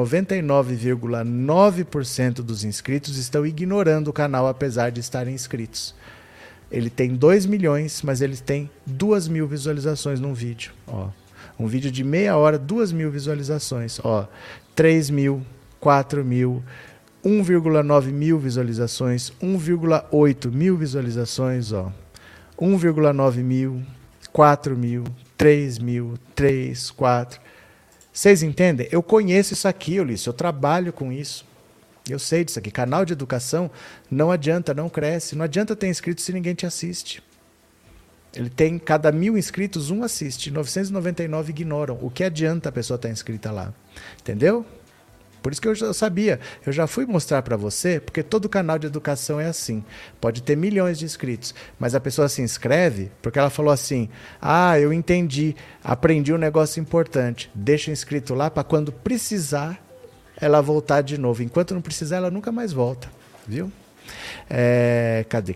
99,9% dos inscritos estão ignorando o canal, apesar de estarem inscritos. Ele tem 2 milhões, mas ele tem 2.000 visualizações num vídeo. Ó. Um vídeo de meia hora, 2.000 visualizações. Ó. 3.000, 4.000, 1,9 mil visualizações, 1,8 mil visualizações, ó. 1,9 mil, 4.000, 3.000, 3, 4. Vocês entendem? Eu conheço isso aqui, Ulisses, eu trabalho com isso. Eu sei disso aqui. Canal de educação não adianta, não cresce. Não adianta ter inscrito se ninguém te assiste. Ele tem, cada 1.000 inscritos, um assiste. 999 ignoram. O que adianta a pessoa estar inscrita lá? Entendeu? Por isso que eu sabia, eu já fui mostrar para você, porque todo canal de educação é assim. Pode ter milhões de inscritos, mas a pessoa se inscreve porque ela falou assim, eu entendi, aprendi um negócio importante. Deixa inscrito lá para quando precisar, ela voltar de novo. Enquanto não precisar, ela nunca mais volta, viu? Cadê?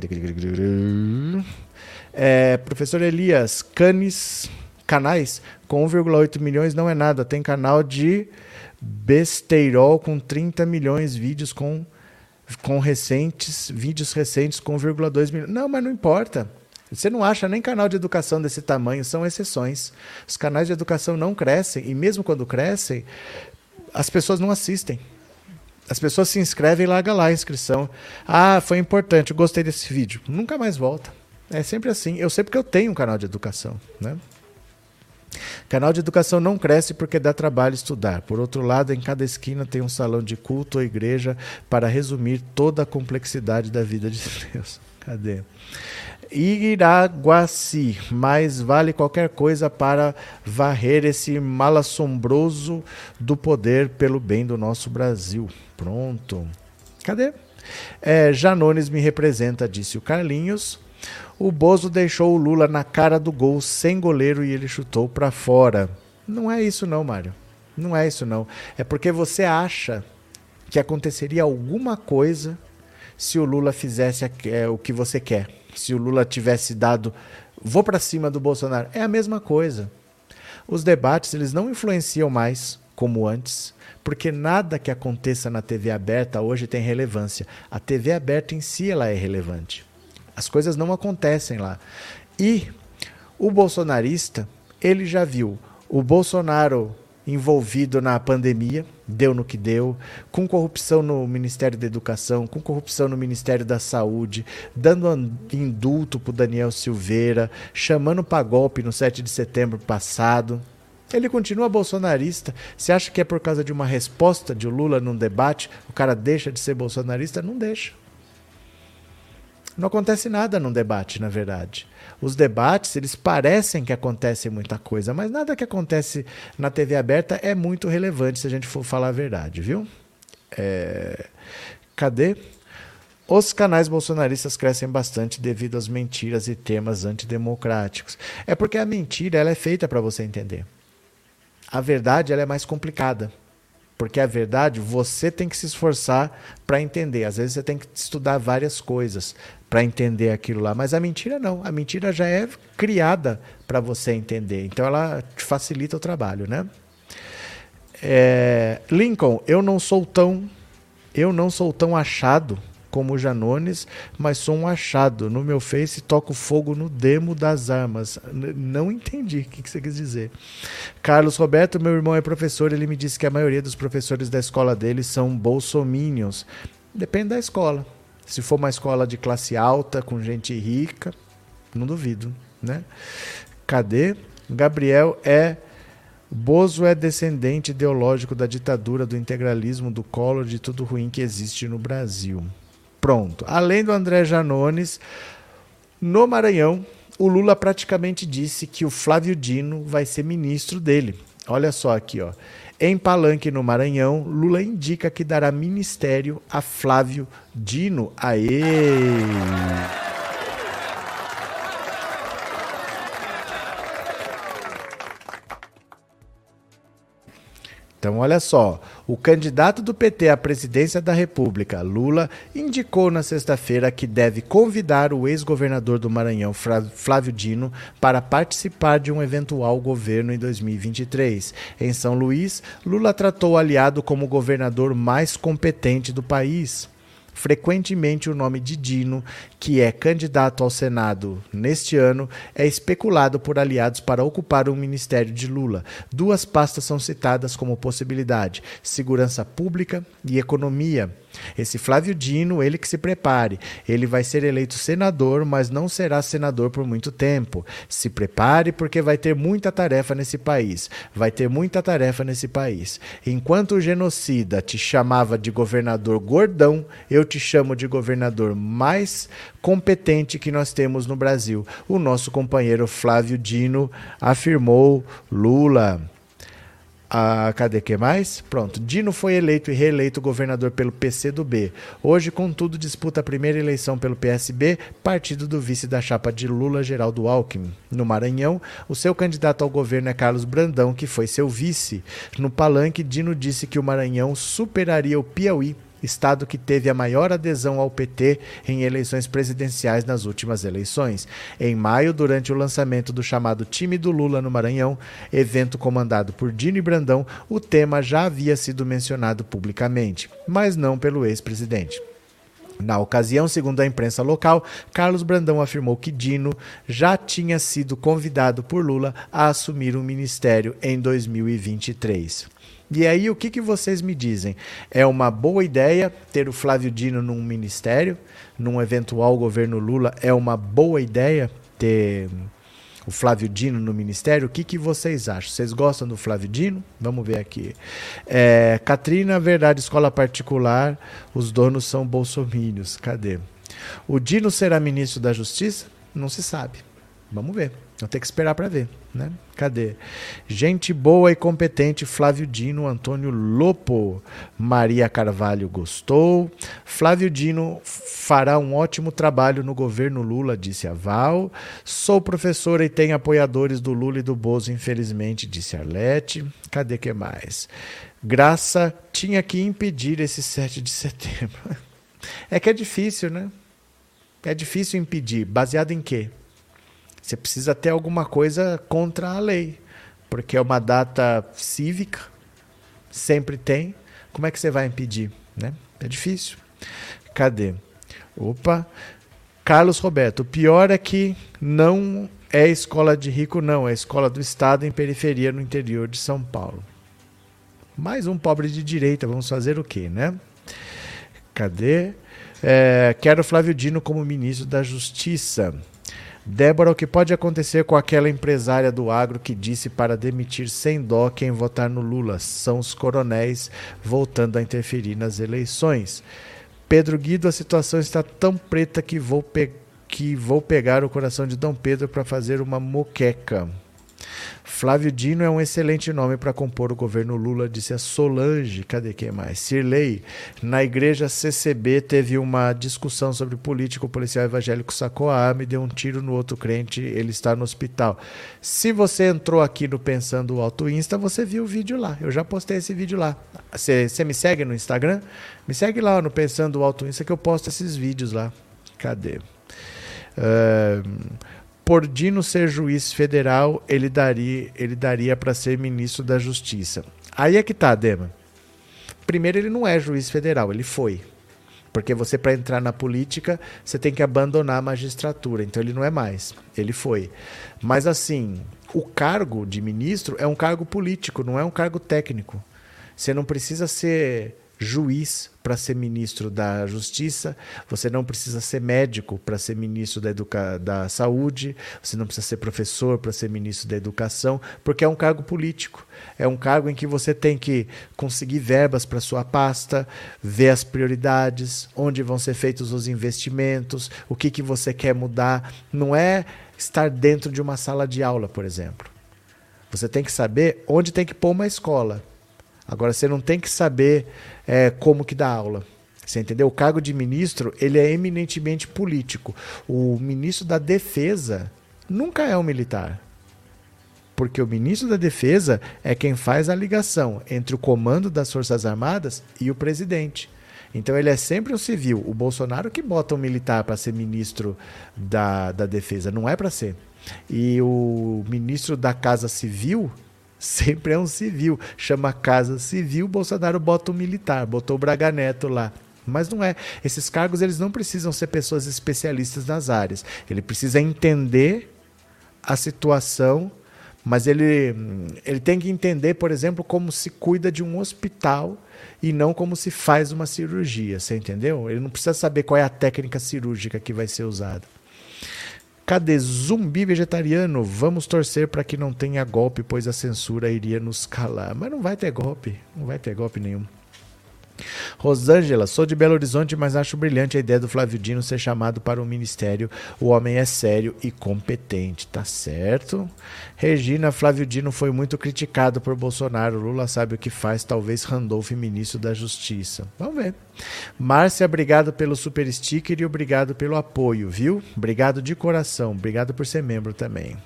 Professor Elias, canais com 1,8 milhões não é nada. Tem canal de besteirol com 30 milhões, vídeos vídeos recentes com 1,2 milhões. Não, mas não importa. Você não acha nem canal de educação desse tamanho, são exceções. Os canais de educação não crescem, e mesmo quando crescem, as pessoas não assistem. As pessoas se inscrevem e largam lá a inscrição. Foi importante, eu gostei desse vídeo. Nunca mais volta. É sempre assim. Eu sei porque eu tenho um canal de educação, né? Canal de educação não cresce porque dá trabalho estudar. Por outro lado, em cada esquina tem um salão de culto ou igreja para resumir toda a complexidade da vida de Deus. Cadê? Iraguaci, mas vale qualquer coisa para varrer esse mal assombroso do poder pelo bem do nosso Brasil. Pronto. Cadê? Janones me representa, disse o Carlinhos. O Bozo deixou o Lula na cara do gol sem goleiro e ele chutou para fora. Não é isso não, Mário. Não é isso não. É porque você acha que aconteceria alguma coisa se o Lula fizesse o que você quer. Se o Lula tivesse dado, vou para cima do Bolsonaro. É a mesma coisa. Os debates, eles não influenciam mais como antes, porque nada que aconteça na TV aberta hoje tem relevância. A TV aberta em si, ela é relevante. As coisas não acontecem lá. E o bolsonarista, ele já viu o Bolsonaro envolvido na pandemia, deu no que deu, com corrupção no Ministério da Educação, com corrupção no Ministério da Saúde, dando indulto para o Daniel Silveira, chamando para golpe no 7 de setembro passado. Ele continua bolsonarista. Você acha que é por causa de uma resposta de Lula num debate, o cara deixa de ser bolsonarista? Não deixa. Não acontece nada num debate, na verdade. Os debates, eles parecem que acontece muita coisa, mas nada que acontece na TV aberta é muito relevante, se a gente for falar a verdade, viu? Cadê? Os canais bolsonaristas crescem bastante devido às mentiras e temas antidemocráticos. É porque a mentira, ela é feita para você entender. A verdade, ela é mais complicada. Porque a verdade, você tem que se esforçar para entender. Às vezes você tem que estudar várias coisas para entender aquilo lá. Mas a mentira não. A mentira já é criada para você entender. Então ela te facilita o trabalho, né? Lincoln, eu não sou tão achado como o Janones, mas sou um achado. No meu Face toco fogo no demo das armas. Não entendi o que você quis dizer. Carlos Roberto, meu irmão é professor, ele me disse que a maioria dos professores da escola dele são bolsominions. Depende da escola. Se for uma escola de classe alta, com gente rica, não duvido, né? Cadê? Gabriel Bozo é descendente ideológico da ditadura, do integralismo, do Collor, de tudo ruim que existe no Brasil. Pronto. Além do André Janones, no Maranhão, o Lula praticamente disse que o Flávio Dino vai ser ministro dele. Olha só aqui, ó. Em Palanque, no Maranhão, Lula indica que dará ministério a Flávio Dino. Aê! Então, olha só, o candidato do PT à presidência da República, Lula, indicou na sexta-feira que deve convidar o ex-governador do Maranhão, Flávio Dino, para participar de um eventual governo em 2023. Em São Luís, Lula tratou o aliado como o governador mais competente do país. Frequentemente o nome de Dino, que é candidato ao Senado neste ano, é especulado por aliados para ocupar o ministério de Lula. Duas pastas são citadas como possibilidade: segurança pública e economia. Esse Flávio Dino, ele que se prepare. Ele vai ser eleito senador, mas não será senador por muito tempo. Se prepare, porque vai ter muita tarefa nesse país. Vai ter muita tarefa nesse país. Enquanto o genocida te chamava de governador gordão, eu te chamo de governador mais competente que nós temos no Brasil. O nosso companheiro Flávio Dino, afirmou Lula. Cadê que mais? Pronto. Dino foi eleito e reeleito governador pelo PCdoB. Hoje, contudo, disputa a primeira eleição pelo PSB, partido do vice da chapa de Lula, Geraldo Alckmin. No Maranhão, o seu candidato ao governo é Carlos Brandão, que foi seu vice. No palanque, Dino disse que o Maranhão superaria o Piauí, estado que teve a maior adesão ao PT em eleições presidenciais nas últimas eleições. Em maio, durante o lançamento do chamado Time do Lula no Maranhão, evento comandado por Dino e Brandão, o tema já havia sido mencionado publicamente, mas não pelo ex-presidente. Na ocasião, segundo a imprensa local, Carlos Brandão afirmou que Dino já tinha sido convidado por Lula a assumir um ministério em 2023. E aí, o que vocês me dizem? É uma boa ideia ter o Flávio Dino num ministério? Num eventual governo Lula, é uma boa ideia ter o Flávio Dino no ministério? O que vocês acham? Vocês gostam do Flávio Dino? Vamos ver aqui. Catrina, verdade, escola particular, os donos são bolsomínios. Cadê? O Dino será ministro da Justiça? Não se sabe. Vamos ver. Vou ter que esperar para ver, né? Cadê? Gente boa e competente, Flávio Dino, Antônio Lopo. Maria Carvalho gostou. Flávio Dino fará um ótimo trabalho no governo Lula, disse a Val. Sou professora e tenho apoiadores do Lula e do Bozo, infelizmente, disse Arlete. Cadê que mais? Graça tinha que impedir esse 7 de setembro. É que é difícil, né? É difícil impedir. Baseado em quê? Você precisa ter alguma coisa contra a lei, porque é uma data cívica, sempre tem. Como é que você vai impedir, né? É difícil. Cadê? Opa. Carlos Roberto, o pior é que não é escola de rico, não. É escola do Estado em periferia no interior de São Paulo. Mais um pobre de direita, vamos fazer o quê, né? Cadê? Quero Flávio Dino como ministro da Justiça. Débora, o que pode acontecer com aquela empresária do agro que disse para demitir sem dó quem votar no Lula? São os coronéis voltando a interferir nas eleições. Pedro Guido, a situação está tão preta que vou pegar o coração de Dom Pedro para fazer uma moqueca. Flávio Dino é um excelente nome para compor o governo Lula, disse a Solange. Cadê quem mais? Cirlei, na igreja CCB teve uma discussão sobre política, o policial evangélico sacou a arma e deu um tiro no outro crente, ele está no hospital. Se você entrou aqui no Pensando Alto Insta, você viu o vídeo lá, eu já postei esse vídeo lá. Você me segue no Instagram? Me segue lá no Pensando Alto Insta que eu posto esses vídeos lá. Cadê? Por Dino ser juiz federal, ele daria para ser ministro da Justiça. Aí é que tá, Dema. Primeiro, ele não é juiz federal, ele foi. Porque você, para entrar na política, você tem que abandonar a magistratura. Então, ele não é mais. Ele foi. Mas, assim, o cargo de ministro é um cargo político, não é um cargo técnico. Você não precisa ser juiz para ser ministro da Justiça, você não precisa ser médico para ser ministro da Saúde, você não precisa ser professor para ser ministro da Educação, porque é um cargo político. É um cargo em que você tem que conseguir verbas para sua pasta, ver as prioridades, onde vão ser feitos os investimentos, o que você quer mudar. Não é estar dentro de uma sala de aula, por exemplo. Você tem que saber onde tem que pôr uma escola. Agora, você não tem que saber como que dá aula. Você entendeu? O cargo de ministro, ele é eminentemente político. O ministro da Defesa nunca é um militar. Porque o ministro da Defesa é quem faz a ligação entre o comando das Forças Armadas e o presidente. Então, ele é sempre um civil. O Bolsonaro que bota um militar para ser ministro da Defesa. Não é para ser. E o ministro da Casa Civil sempre é um civil, chama Casa Civil, Bolsonaro bota um militar, botou o Braga Neto lá. Mas não é. Esses cargos, eles não precisam ser pessoas especialistas nas áreas. Ele precisa entender a situação, mas ele tem que entender, por exemplo, como se cuida de um hospital e não como se faz uma cirurgia, você entendeu? Ele não precisa saber qual é a técnica cirúrgica que vai ser usada. Cadê Zumbi Vegetariano? Vamos torcer para que não tenha golpe, pois a censura iria nos calar. Mas não vai ter golpe. Não vai ter golpe nenhum. Rosângela, sou de Belo Horizonte, mas acho brilhante a ideia do Flávio Dino ser chamado para um ministério. O homem é sério e competente. Tá certo. Regina, Flávio Dino foi muito criticado por Bolsonaro. Lula sabe o que faz, talvez Randolph, ministro da Justiça. Vamos ver. Márcia, obrigado pelo super sticker e obrigado pelo apoio, viu? Obrigado de coração. Obrigado por ser membro também.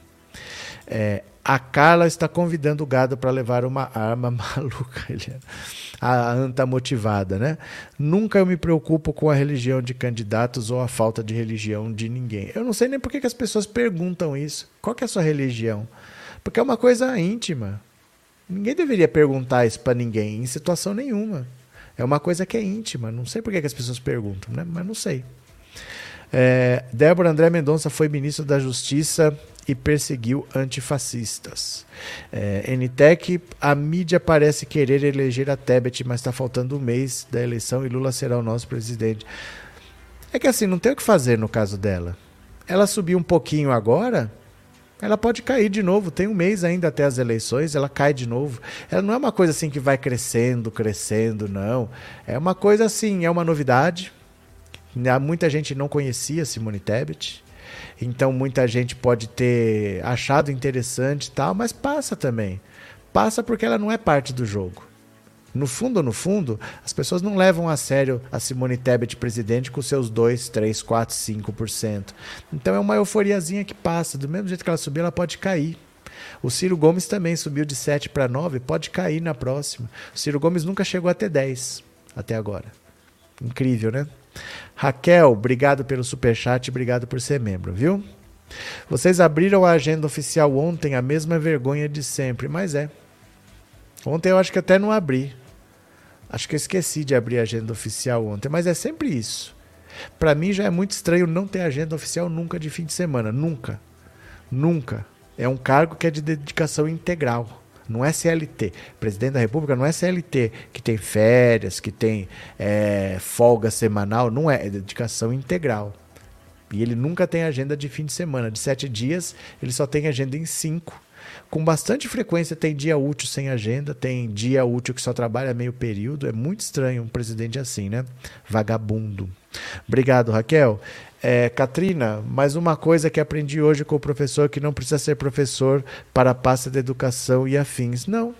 A Carla está convidando o gado para levar uma arma maluca. A anta motivada, né? Nunca eu me preocupo com a religião de candidatos ou a falta de religião de ninguém. Eu não sei nem por que as pessoas perguntam isso. Qual que é a sua religião? Porque é uma coisa íntima. Ninguém deveria perguntar isso para ninguém, em situação nenhuma. É uma coisa que é íntima. Não sei por que as pessoas perguntam, né? Mas não sei. Débora André Mendonça foi ministro da Justiça e perseguiu antifascistas. NTEC, a mídia parece querer eleger a Tebet, mas está faltando um mês da eleição e Lula será o nosso presidente. É que assim, não tem o que fazer no caso dela. Ela subiu um pouquinho agora, ela pode cair de novo, tem um mês ainda até as eleições, ela cai de novo. Ela não é uma coisa assim que vai crescendo, não. É uma coisa assim, é uma novidade. Muita gente não conhecia Simone Tebet, então muita gente pode ter achado interessante e tal, mas passa também. Passa porque ela não é parte do jogo. No fundo, as pessoas não levam a sério a Simone Tebet presidente com seus 2, 3, 4, 5%. Então é uma euforiazinha que passa. Do mesmo jeito que ela subiu, ela pode cair. O Ciro Gomes também subiu de 7 para 9, pode cair na próxima. O Ciro Gomes nunca chegou até 10 até agora. Incrível, né? Raquel, obrigado pelo superchat, obrigado por ser membro, viu? Vocês abriram a agenda oficial ontem, a mesma vergonha de sempre, mas ontem eu acho que até não abri. Acho que eu esqueci de abrir a agenda oficial ontem, mas é sempre isso. Para mim já é muito estranho não ter agenda oficial nunca de fim de semana, nunca. Nunca. É um cargo que é de dedicação integral. Não é CLT. Presidente da República não é CLT, que tem férias, que tem folga semanal. Não é dedicação integral. E ele nunca tem agenda de fim de semana. De 7 dias, ele só tem agenda em 5. Com bastante frequência tem dia útil sem agenda, tem dia útil que só trabalha meio período. É muito estranho um presidente assim, né? Vagabundo. Obrigado, Raquel. Katrina, mais uma coisa que aprendi hoje com o professor, que não precisa ser professor para a pasta de educação e afins. Não.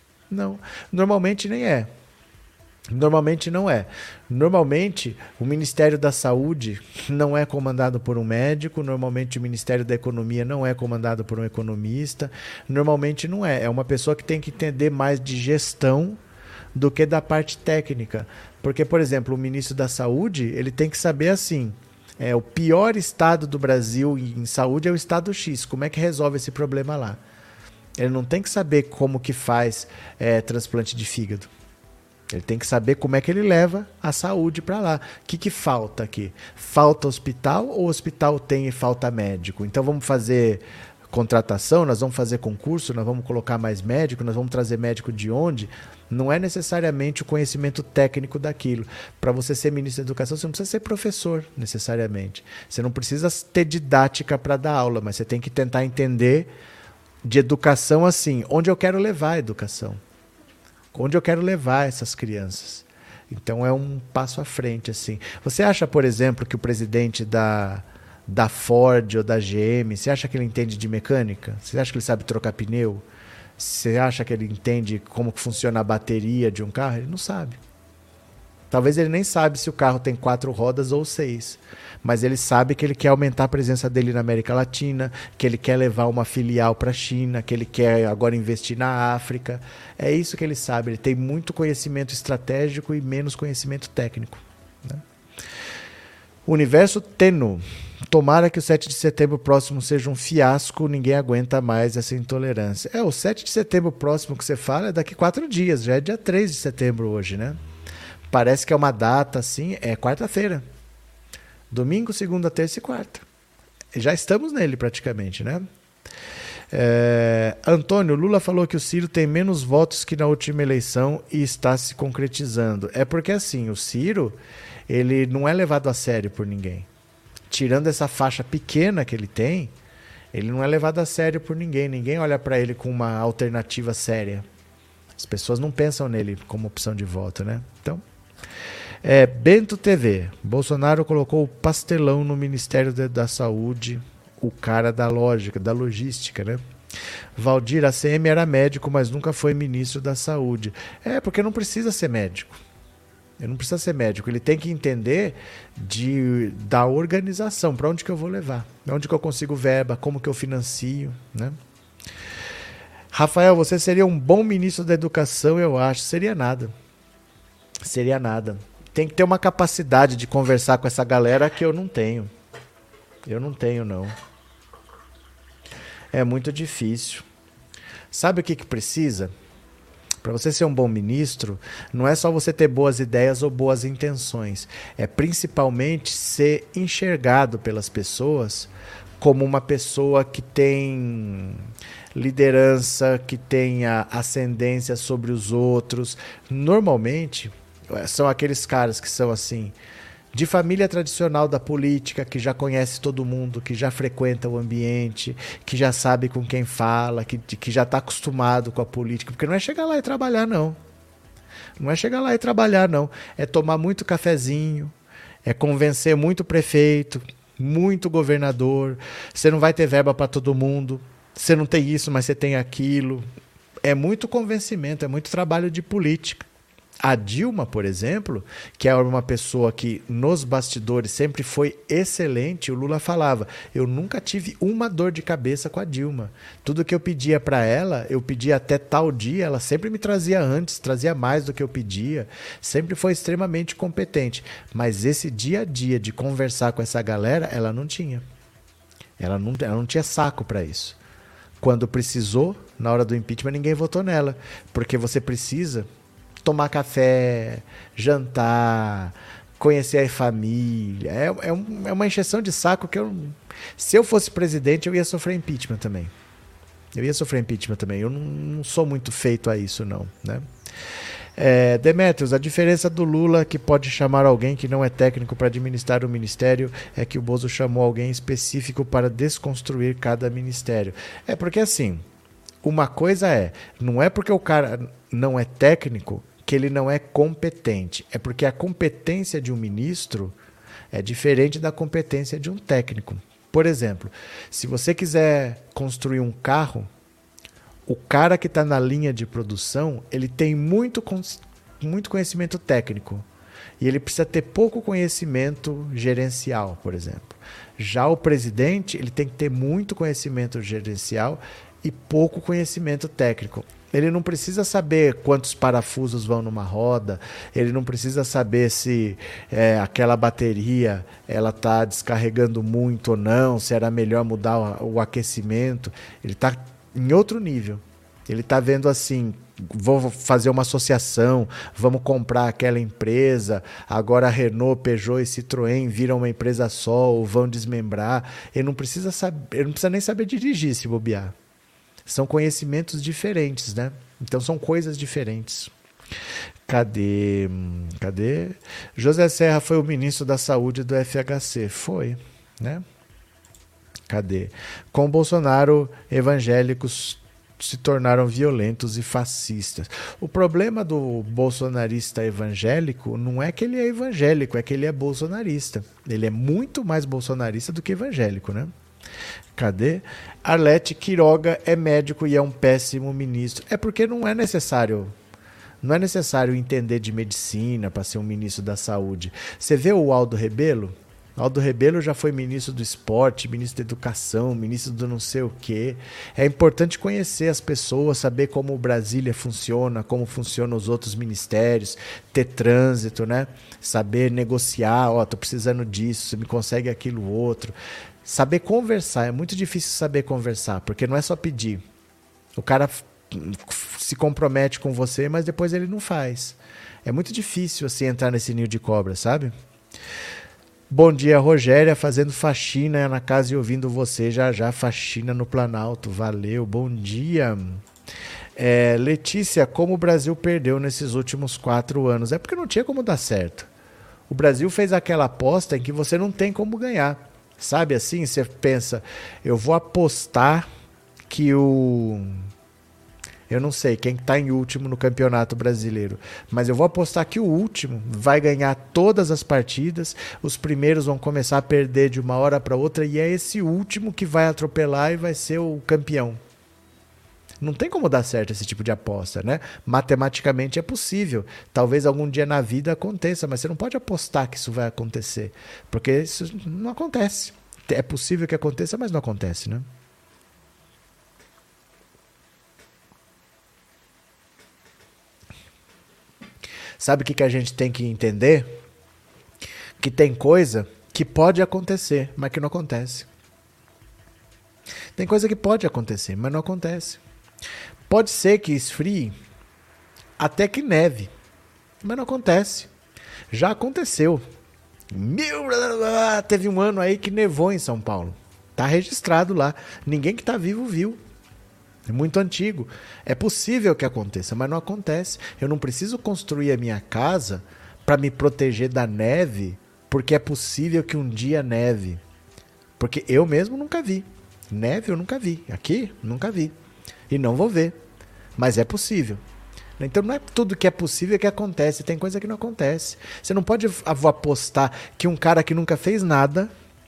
Normalmente nem é. Normalmente não é. Normalmente, o Ministério da Saúde não é comandado por um médico, normalmente o Ministério da Economia não é comandado por um economista, normalmente não é. É uma pessoa que tem que entender mais de gestão do que da parte técnica. Porque, por exemplo, o ministro da Saúde, ele tem que saber assim, o pior estado do Brasil em saúde é o estado X, como é que resolve esse problema lá? Ele não tem que saber como que faz transplante de fígado. Ele tem que saber como é que ele leva a saúde para lá. O que falta aqui? Falta hospital ou o hospital tem e falta médico? Então vamos fazer contratação, nós vamos fazer concurso, nós vamos colocar mais médico, nós vamos trazer médico de onde? Não é necessariamente o conhecimento técnico daquilo. Para você ser ministro da Educação, você não precisa ser professor, necessariamente. Você não precisa ter didática para dar aula, mas você tem que tentar entender de educação assim, onde eu quero levar a educação. Onde eu quero levar essas crianças. Então é um passo à frente, assim. Você acha, por exemplo, que o presidente da Ford ou da GM, você acha que ele entende de mecânica? Você acha que ele sabe trocar pneu? Você acha que ele entende como que funciona a bateria de um carro? Ele não sabe. Talvez ele nem sabe se o carro tem 4 rodas ou 6. Mas ele sabe que ele quer aumentar a presença dele na América Latina, que ele quer levar uma filial para a China, que ele quer agora investir na África. É isso que ele sabe. Ele tem muito conhecimento estratégico e menos conhecimento técnico, né? Universo Teno. Tomara que o 7 de setembro próximo seja um fiasco, ninguém aguenta mais essa intolerância. O 7 de setembro próximo que você fala é daqui 4 dias, já é dia 3 de setembro hoje, né? Parece que é uma data assim, é quarta-feira. Domingo, segunda, terça e quarta. Já estamos nele praticamente, né? Antônio, Lula falou que o Ciro tem menos votos que na última eleição e está se concretizando. É porque assim, o Ciro, ele não é levado a sério por ninguém. Tirando essa faixa pequena que ele tem, ele não é levado a sério por ninguém. Ninguém olha para ele com uma alternativa séria. As pessoas não pensam nele como opção de voto, né? Então, Bento TV. Bolsonaro colocou o pastelão no Ministério da Saúde, o cara da lógica, da logística, né? Valdir, ACM era médico, mas nunca foi ministro da Saúde. Porque não precisa ser médico. Ele não precisa ser médico. Ele tem que entender da organização. Para onde que eu vou levar? Onde que eu consigo verba? Como que eu financio? Né? Rafael, você seria um bom ministro da Educação, eu acho. Seria nada. Seria nada. Tem que ter uma capacidade de conversar com essa galera que eu não tenho. Eu não tenho, não. É muito difícil. Sabe o que precisa? Para você ser um bom ministro, não é só você ter boas ideias ou boas intenções. É principalmente ser enxergado pelas pessoas como uma pessoa que tem liderança, que tenha ascendência sobre os outros. Normalmente, são aqueles caras que são assim, de família tradicional da política, que já conhece todo mundo, que já frequenta o ambiente, que já sabe com quem fala, que já está acostumado com a política. Porque não é chegar lá e trabalhar, não. Não é chegar lá e trabalhar, não. É tomar muito cafezinho, é convencer muito prefeito, muito governador. Você não vai ter verba para todo mundo. Você não tem isso, mas você tem aquilo. É muito convencimento, é muito trabalho de política. A Dilma, por exemplo, que é uma pessoa que nos bastidores sempre foi excelente, o Lula falava, eu nunca tive uma dor de cabeça com a Dilma. Tudo que eu pedia para ela, eu pedia até tal dia, ela sempre me trazia antes, trazia mais do que eu pedia, sempre foi extremamente competente. Mas esse dia a dia de conversar com essa galera, ela não tinha. Ela não tinha saco para isso. Quando precisou, na hora do impeachment, ninguém votou nela, porque você precisa tomar café, jantar, conhecer a família. É uma encheção de saco que se eu fosse presidente, eu ia sofrer impeachment também. Eu não sou muito feito a isso, não. Né? Demetrios, a diferença do Lula, que pode chamar alguém que não é técnico para administrar o ministério, é que o Bozo chamou alguém específico para desconstruir cada ministério. Porque assim, uma coisa não é porque o cara não é técnico que ele não é competente. É porque a competência de um ministro é diferente da competência de um técnico. Por exemplo, se você quiser construir um carro, o cara que está na linha de produção, ele tem muito conhecimento técnico. E ele precisa ter pouco conhecimento gerencial, por exemplo. Já o presidente, ele tem que ter muito conhecimento gerencial e pouco conhecimento técnico. Ele não precisa saber quantos parafusos vão numa roda, ele não precisa saber se aquela bateria ela está descarregando muito ou não, se era melhor mudar o aquecimento. Ele está em outro nível. Ele está vendo assim, vou fazer uma associação, vamos comprar aquela empresa, agora a Renault, Peugeot e Citroën viram uma empresa só ou vão desmembrar. Ele não precisa nem saber dirigir se bobear. São conhecimentos diferentes, né? Então são coisas diferentes. Cadê? José Serra foi o ministro da Saúde do FHC. Foi, né? Cadê? Com Bolsonaro, evangélicos se tornaram violentos e fascistas. O problema do bolsonarista evangélico não é que ele é evangélico, é que ele é bolsonarista. Ele é muito mais bolsonarista do que evangélico, né? Cadê? Arlete Quiroga é médico e é um péssimo ministro. É porque não é necessário entender de medicina para ser um ministro da saúde. Você vê o Aldo Rebelo? Aldo Rebelo já foi ministro do esporte, ministro da educação, ministro do não sei o quê. É importante conhecer as pessoas, saber como o Brasília funciona, como funcionam os outros ministérios, ter trânsito, né? Saber negociar, tô precisando disso, você me consegue aquilo outro. Saber conversar, é muito difícil saber conversar, porque não é só pedir. O cara se compromete com você, mas depois ele não faz. É muito difícil assim entrar nesse ninho de cobra, sabe? Bom dia, Rogéria, fazendo faxina na casa e ouvindo você, já faxina no Planalto, valeu, bom dia. Letícia, como o Brasil perdeu nesses últimos 4 anos? É porque não tinha como dar certo. O Brasil fez aquela aposta em que você não tem como ganhar. Sabe assim, você pensa, eu vou apostar que Eu não sei quem está em último no Campeonato Brasileiro, mas eu vou apostar que o último vai ganhar todas as partidas, os primeiros vão começar a perder de uma hora para outra e é esse último que vai atropelar e vai ser o campeão. Não tem como dar certo esse tipo de aposta, né? Matematicamente é possível. Talvez algum dia na vida aconteça, mas você não pode apostar que isso vai acontecer, porque isso não acontece. É possível que aconteça, mas não acontece, né? Sabe o que a gente tem que entender? Que tem coisa que pode acontecer, mas que não acontece. Tem coisa que pode acontecer, mas não acontece. Pode ser que esfrie até que neve, mas não acontece. Já aconteceu. Teve um ano aí que nevou em São Paulo. Tá registrado lá. Ninguém que tá vivo viu. É muito antigo. É possível que aconteça, mas não acontece. Eu não preciso construir a minha casa para me proteger da neve, porque é possível que um dia neve. Porque eu mesmo nunca vi. Neve eu nunca vi. Aqui, nunca vi. E não vou ver. Mas é possível. Então não é tudo que é possível que acontece. Tem coisa que não acontece. Você não pode apostar que um cara que nunca fez nada,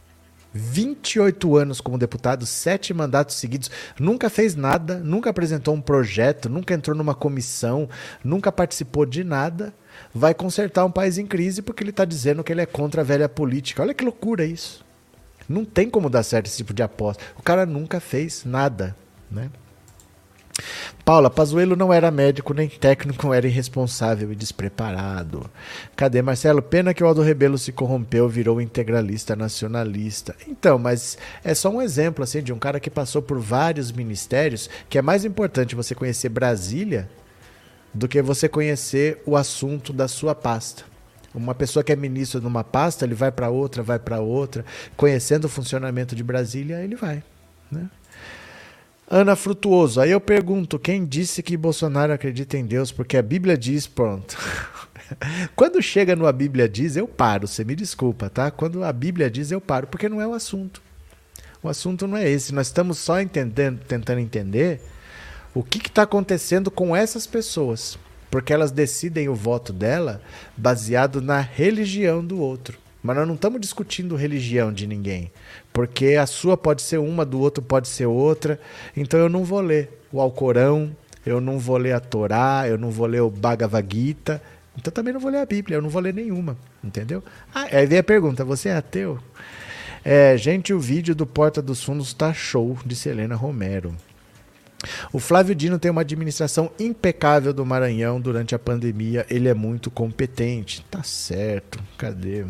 28 anos como deputado, 7 mandatos seguidos, nunca fez nada, nunca apresentou um projeto, nunca entrou numa comissão, nunca participou de nada, vai consertar um país em crise porque ele está dizendo que ele é contra a velha política. Olha que loucura isso. Não tem como dar certo esse tipo de aposta. O cara nunca fez nada, né? Paula, Pazuello não era médico nem técnico, era irresponsável e despreparado. Cadê Marcelo? Pena que o Aldo Rebelo se corrompeu, virou integralista nacionalista. Então, mas é só um exemplo assim, de um cara que passou por vários ministérios, que é mais importante você conhecer Brasília do que você conhecer o assunto da sua pasta. Uma pessoa que é ministro numa pasta, ele vai para outra, conhecendo o funcionamento de Brasília, ele vai, né? Ana Frutuoso, aí eu pergunto, quem disse que Bolsonaro acredita em Deus? Porque a Bíblia diz, pronto. Quando chega no a Bíblia diz, eu paro, você me desculpa, tá? Quando a Bíblia diz, eu paro, porque não é o assunto. O assunto não é esse, nós estamos só tentando entender o que está acontecendo com essas pessoas, porque elas decidem o voto dela baseado na religião do outro. Mas nós não estamos discutindo religião de ninguém, porque a sua pode ser uma, do outro pode ser outra. Então eu não vou ler o Alcorão, eu não vou ler a Torá, eu não vou ler o Bhagavad Gita, então também não vou ler a Bíblia, eu não vou ler nenhuma, entendeu? Aí vem a pergunta, você é ateu? Gente, o vídeo do Porta dos Fundos tá show, disse Helena Romero. O Flávio Dino tem uma administração impecável do Maranhão durante a pandemia. Ele é muito competente. Tá certo. Cadê?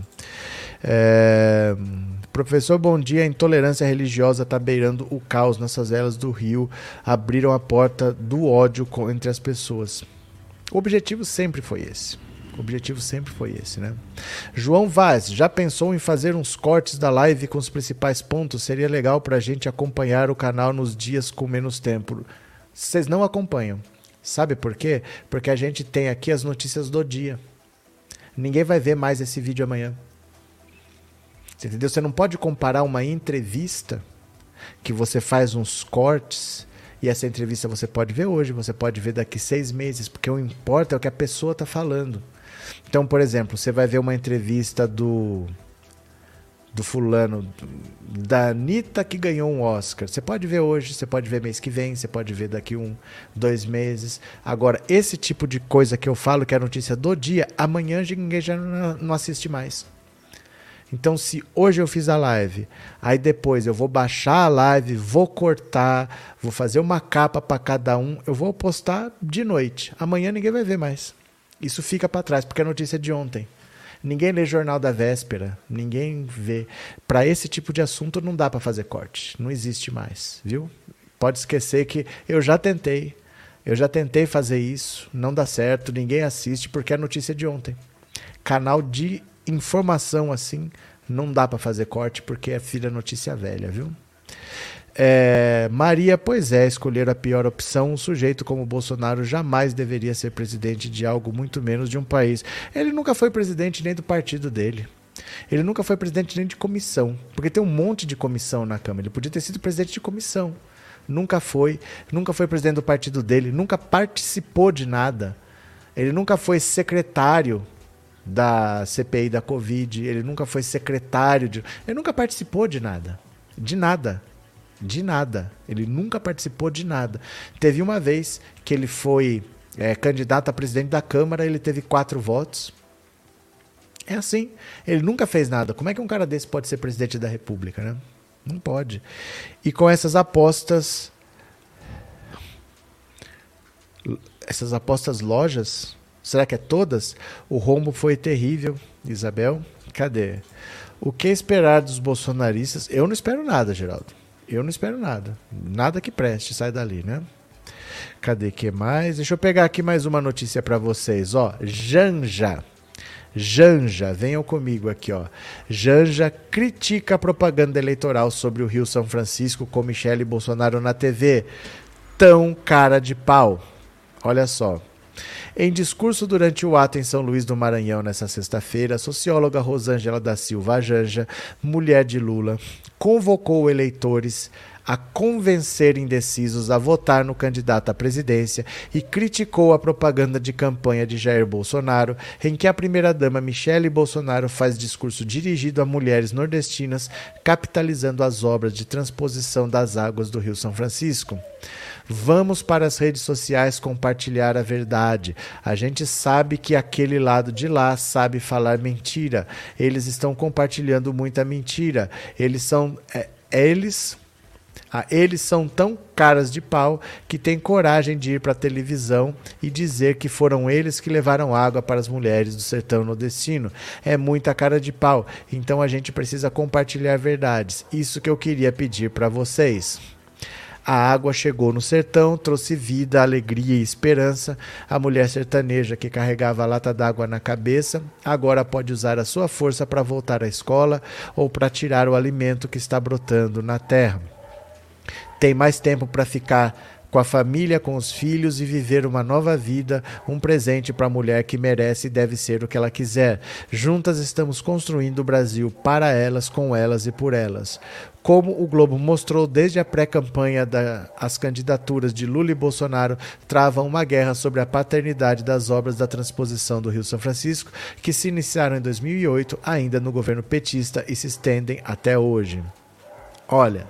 Professor, bom dia. A intolerância religiosa está beirando o caos nas favelas do Rio. Abriram a porta do ódio entre as pessoas. O objetivo sempre foi esse. Né? João Vaz, já pensou em fazer uns cortes da live com os principais pontos? Seria legal para a gente acompanhar o canal nos dias com menos tempo. Vocês não acompanham. Sabe por quê? Porque a gente tem aqui as notícias do dia. Ninguém vai ver mais esse vídeo amanhã. Você entendeu? Você não pode comparar uma entrevista que você faz uns cortes e essa entrevista você pode ver hoje, você pode ver daqui 6 meses, porque o que importa é o que a pessoa está falando. Então, por exemplo, você vai ver uma entrevista do fulano, da Anitta que ganhou um Oscar. Você pode ver hoje, você pode ver mês que vem, você pode ver daqui 2 meses. Agora, esse tipo de coisa que eu falo, que é a notícia do dia, amanhã ninguém já não assiste mais. Então, se hoje eu fiz a live, aí depois eu vou baixar a live, vou cortar, vou fazer uma capa para cada um, eu vou postar de noite. Amanhã ninguém vai ver mais. Isso fica para trás, porque é notícia de ontem. Ninguém lê jornal da véspera, ninguém vê. Para esse tipo de assunto não dá para fazer corte, não existe mais, viu? Pode esquecer que eu já tentei fazer isso, não dá certo, ninguém assiste porque é notícia de ontem. Canal de informação assim, não dá para fazer corte porque é filha notícia velha, viu? Maria, pois escolher a pior opção. Um sujeito como Bolsonaro jamais deveria ser presidente de algo, muito menos de um país. Ele nunca foi presidente nem do partido dele. Ele nunca foi presidente nem de comissão, porque tem um monte de comissão na Câmara. Ele podia ter sido presidente de comissão. nunca foi presidente do partido dele, nunca participou de nada. Ele nunca foi secretário da CPI da Covid, ele nunca foi secretário ele nunca participou de nada. De nada. De nada. Ele nunca participou de nada. Teve uma vez que ele foi candidato a presidente da Câmara, ele teve 4 votos. É assim. Ele nunca fez nada. Como é que um cara desse pode ser presidente da República, né? Não pode. E com essas apostas lojas, será que é todas? O rombo foi terrível, Isabel. Cadê? O que esperar dos bolsonaristas? Eu não espero nada, Geraldo. Eu não espero nada. Nada que preste, sai dali, né? Cadê que mais? Deixa eu pegar aqui mais uma notícia para vocês. Ó, Janja, venham comigo aqui, ó. Janja critica a propaganda eleitoral sobre o Rio São Francisco com Michele Bolsonaro na TV. Tão cara de pau. Olha só. Em discurso durante o ato em São Luís do Maranhão nesta sexta-feira, a socióloga Rosângela da Silva Janja, mulher de Lula, convocou eleitores a convencer indecisos a votar no candidato à presidência e criticou a propaganda de campanha de Jair Bolsonaro, em que a primeira-dama Michele Bolsonaro faz discurso dirigido a mulheres nordestinas, capitalizando as obras de transposição das águas do Rio São Francisco. Vamos para as redes sociais compartilhar a verdade. A gente sabe que aquele lado de lá sabe falar mentira. Eles estão compartilhando muita mentira. Eles são tão caras de pau que têm coragem de ir para a televisão e dizer que foram eles que levaram água para as mulheres do sertão nordestino. É muita cara de pau. Então a gente precisa compartilhar verdades. Isso que eu queria pedir para vocês. A água chegou no sertão, trouxe vida, alegria e esperança. A mulher sertaneja que carregava a lata d'água na cabeça, agora pode usar a sua força para voltar à escola ou para tirar o alimento que está brotando na terra. Tem mais tempo para ficar com a família, com os filhos e viver uma nova vida, um presente para a mulher que merece e deve ser o que ela quiser. Juntas estamos construindo o Brasil para elas, com elas e por elas. Como o Globo mostrou desde a pré-campanha, as candidaturas de Lula e Bolsonaro travam uma guerra sobre a paternidade das obras da transposição do Rio São Francisco, que se iniciaram em 2008, ainda no governo petista, e se estendem até hoje. Olha,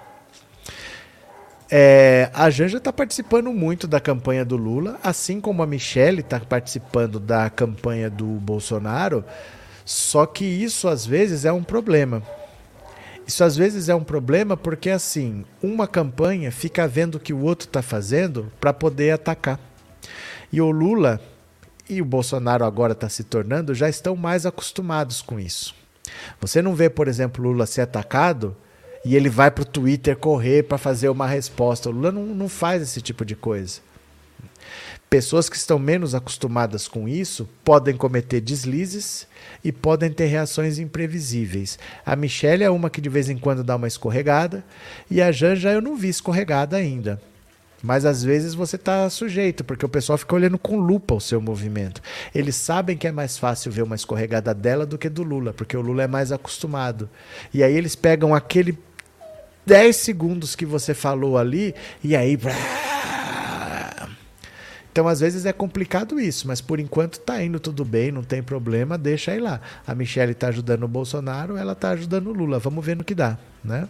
a Janja está participando muito da campanha do Lula, assim como a Michele está participando da campanha do Bolsonaro, só que isso às vezes é um problema. Isso às vezes é um problema porque, assim, uma campanha fica vendo o que o outro está fazendo para poder atacar. E o Lula e o Bolsonaro agora está se tornando, já estão mais acostumados com isso. Você não vê, por exemplo, o Lula ser atacado e ele vai para o Twitter correr para fazer uma resposta. O Lula não faz esse tipo de coisa. Pessoas que estão menos acostumadas com isso podem cometer deslizes e podem ter reações imprevisíveis. A Michele é uma que de vez em quando dá uma escorregada e a Janja eu não vi escorregada ainda. Mas às vezes você está sujeito, porque o pessoal fica olhando com lupa o seu movimento. Eles sabem que é mais fácil ver uma escorregada dela do que do Lula, porque o Lula é mais acostumado. E aí eles pegam aquele 10 segundos que você falou ali e aí... Então, às vezes é complicado isso, mas por enquanto tá indo tudo bem, não tem problema, deixa aí lá. A Michele tá ajudando o Bolsonaro, ela tá ajudando o Lula. Vamos ver no que dá, né?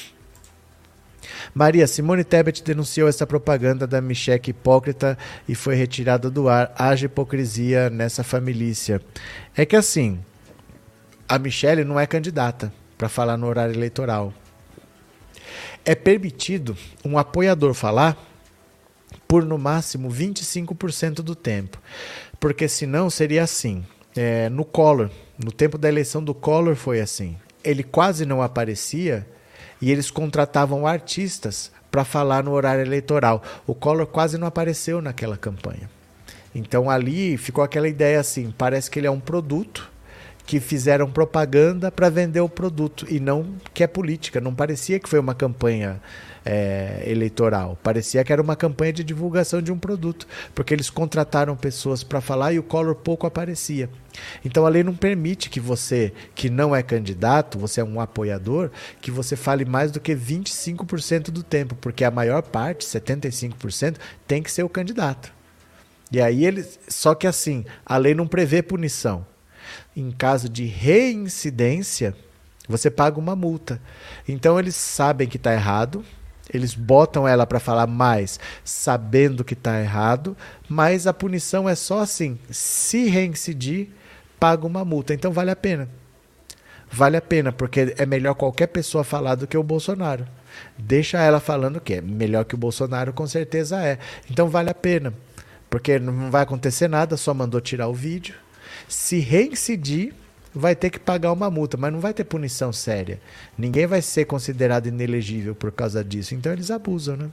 Maria, Simone Tebet denunciou essa propaganda da Michele hipócrita e foi retirada do ar. Haja hipocrisia nessa família. É que assim, a Michele não é candidata para falar no horário eleitoral. É permitido um apoiador falar por no máximo 25% do tempo, porque senão seria assim. No Collor, no tempo da eleição do Collor foi assim, ele quase não aparecia e eles contratavam artistas para falar no horário eleitoral. O Collor quase não apareceu naquela campanha, então ali ficou aquela ideia assim, parece que ele é um produto que fizeram propaganda para vender o produto e não que é política, não parecia que foi uma campanha eleitoral. Parecia que era uma campanha de divulgação de um produto, porque eles contrataram pessoas para falar e o Collor pouco aparecia. Então a lei não permite que você, que não é candidato, você é um apoiador, que você fale mais do que 25% do tempo, porque a maior parte, 75%, tem que ser o candidato. E aí só que assim, a lei não prevê punição. Em caso de reincidência, você paga uma multa. Então eles sabem que está errado, eles botam ela para falar mais, sabendo que está errado, mas a punição é só assim, se reincidir, paga uma multa. Então vale a pena. Vale a pena, porque é melhor qualquer pessoa falar do que o Bolsonaro. Deixa ela falando que é melhor que o Bolsonaro, com certeza é. Então vale a pena, porque não vai acontecer nada, só mandou tirar o vídeo. Se reincidir, vai ter que pagar uma multa, mas não vai ter punição séria. Ninguém vai ser considerado inelegível por causa disso. Então eles abusam, né?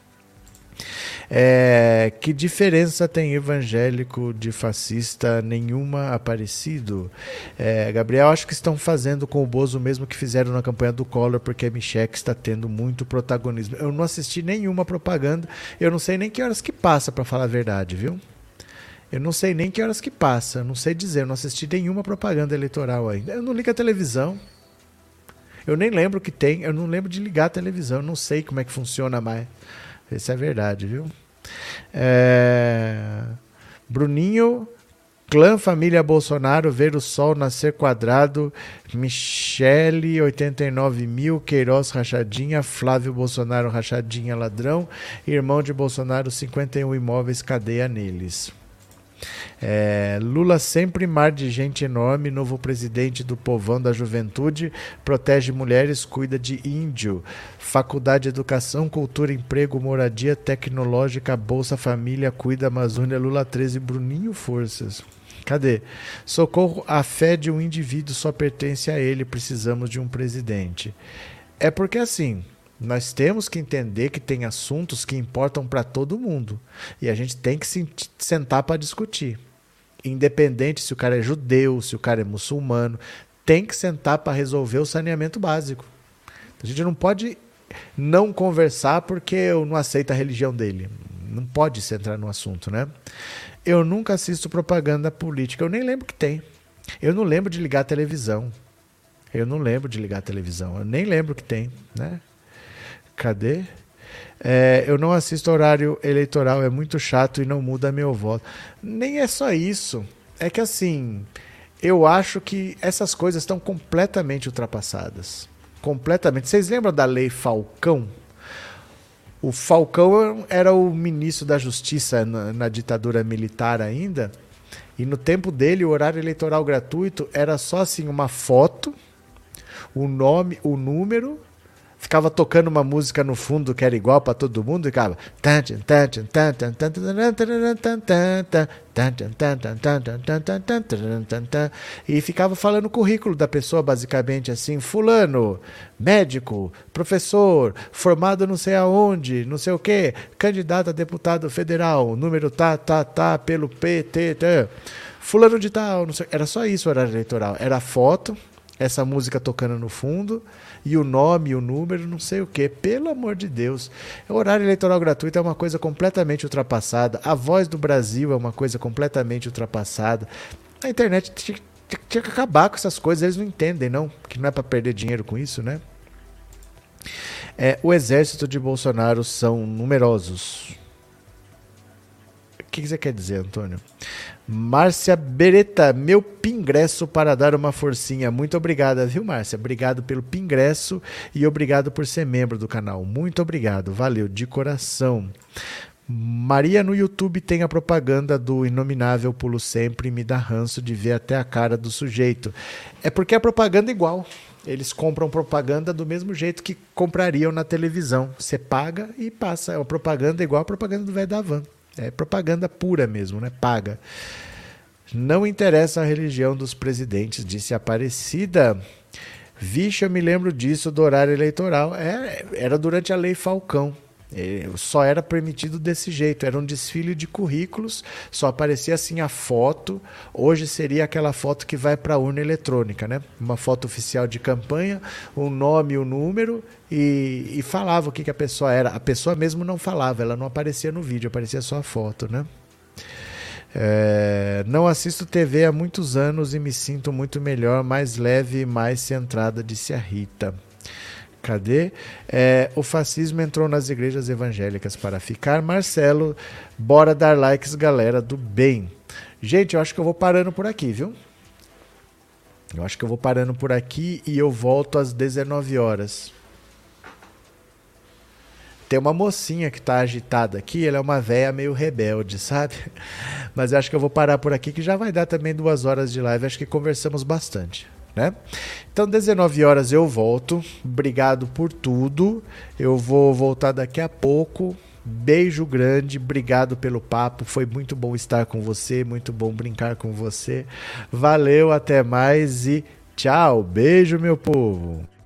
Que diferença tem evangélico de fascista? Nenhuma Aparecido. Gabriel, acho que estão fazendo com o Bozo o mesmo que fizeram na campanha do Collor, porque a Michelle está tendo muito protagonismo. Eu não assisti nenhuma propaganda, eu não sei nem que horas que passa, para falar a verdade, viu? Eu não sei nem que horas que passa, não sei dizer, eu não assisti nenhuma propaganda eleitoral ainda. Eu não ligo a televisão, eu nem lembro o que tem, eu não lembro de ligar a televisão, eu não sei como é que funciona mais. Isso é verdade, viu? Bruninho, clã família Bolsonaro, ver o sol nascer quadrado, Michele, 89 mil, Queiroz rachadinha, Flávio Bolsonaro rachadinha ladrão, irmão de Bolsonaro, 51 imóveis, cadeia neles. Lula sempre mar de gente enorme, novo presidente do povão da juventude, protege mulheres, cuida de índio, faculdade, educação, cultura, emprego, moradia, tecnológica, Bolsa Família, cuida Amazônia, Lula 13, Bruninho Forças. Cadê? Socorro, a fé de um indivíduo só pertence a ele, precisamos de um presidente. É porque assim, nós temos que entender que tem assuntos que importam para todo mundo. E a gente tem que sentar para discutir. Independente se o cara é judeu, se o cara é muçulmano, tem que sentar para resolver o saneamento básico. A gente não pode não conversar porque eu não aceito a religião dele. Não pode se entrar no assunto, né? Eu nunca assisto propaganda política. Eu nem lembro que tem. Eu não lembro de ligar a televisão. Eu nem lembro que tem, né? Cadê? Eu não assisto horário eleitoral, é muito chato e não muda meu voto. Nem é só isso. É que assim, eu acho que essas coisas estão completamente ultrapassadas. Completamente. Vocês lembram da Lei Falcão? O Falcão era o ministro da Justiça na ditadura militar ainda. E no tempo dele, o horário eleitoral gratuito era só assim, uma foto, o nome, o número. Ficava tocando uma música no fundo que era igual para todo mundo e ficava e ficava falando o currículo da pessoa, basicamente assim: fulano, médico, professor, formado não sei aonde, não sei o que, candidato a deputado federal, número pelo PT, fulano de tal, não sei. Era só isso o horário eleitoral, era a foto, essa música tocando no fundo e o nome, o número, não sei o que. Pelo amor de Deus. O horário eleitoral gratuito é uma coisa completamente ultrapassada. A Voz do Brasil é uma coisa completamente ultrapassada. A internet tinha que acabar com essas coisas. Eles não entendem, não. Que não é para perder dinheiro com isso, né? O exército de Bolsonaro são numerosos. O que você quer dizer, Antônio? Márcia Beretta, meu pingresso para dar uma forcinha. Muito obrigada, viu, Márcia? Obrigado pelo pingresso e obrigado por ser membro do canal. Muito obrigado, valeu, de coração. Maria, no YouTube tem a propaganda do Inominável Pulo Sempre, me dá ranço de ver até a cara do sujeito. É porque a propaganda é igual. Eles compram propaganda do mesmo jeito que comprariam na televisão. Você paga e passa. A propaganda é igual a propaganda do velho da van. É propaganda pura mesmo, né? Paga. Não interessa a religião dos presidentes, disse Aparecida. Vixe, eu me lembro disso do horário eleitoral. Era durante a Lei Falcão. Só era permitido desse jeito, era um desfile de currículos, só aparecia assim a foto. Hoje seria aquela foto que vai para a urna eletrônica, né? Uma foto oficial de campanha, o nome, o número e falava o que a pessoa era. A pessoa mesmo não falava, ela não aparecia no vídeo, aparecia só a foto, né? Não assisto TV há muitos anos e me sinto muito melhor, mais leve e mais centrada, disse a Rita. Cadê? O fascismo entrou nas igrejas evangélicas para ficar. Marcelo, bora dar likes, galera do bem. Gente, eu acho que eu vou parando por aqui, viu? Eu acho que eu vou parando por aqui e eu volto às 19 horas. Tem uma mocinha que tá agitada aqui, ela é uma véia meio rebelde, sabe? Mas eu acho que eu vou parar por aqui, que já vai dar também 2 horas de live, acho que conversamos bastante, né? Então, 19 horas eu volto, obrigado por tudo, eu vou voltar daqui a pouco, beijo grande, obrigado pelo papo, foi muito bom estar com você, muito bom brincar com você, valeu, até mais e tchau, beijo meu povo!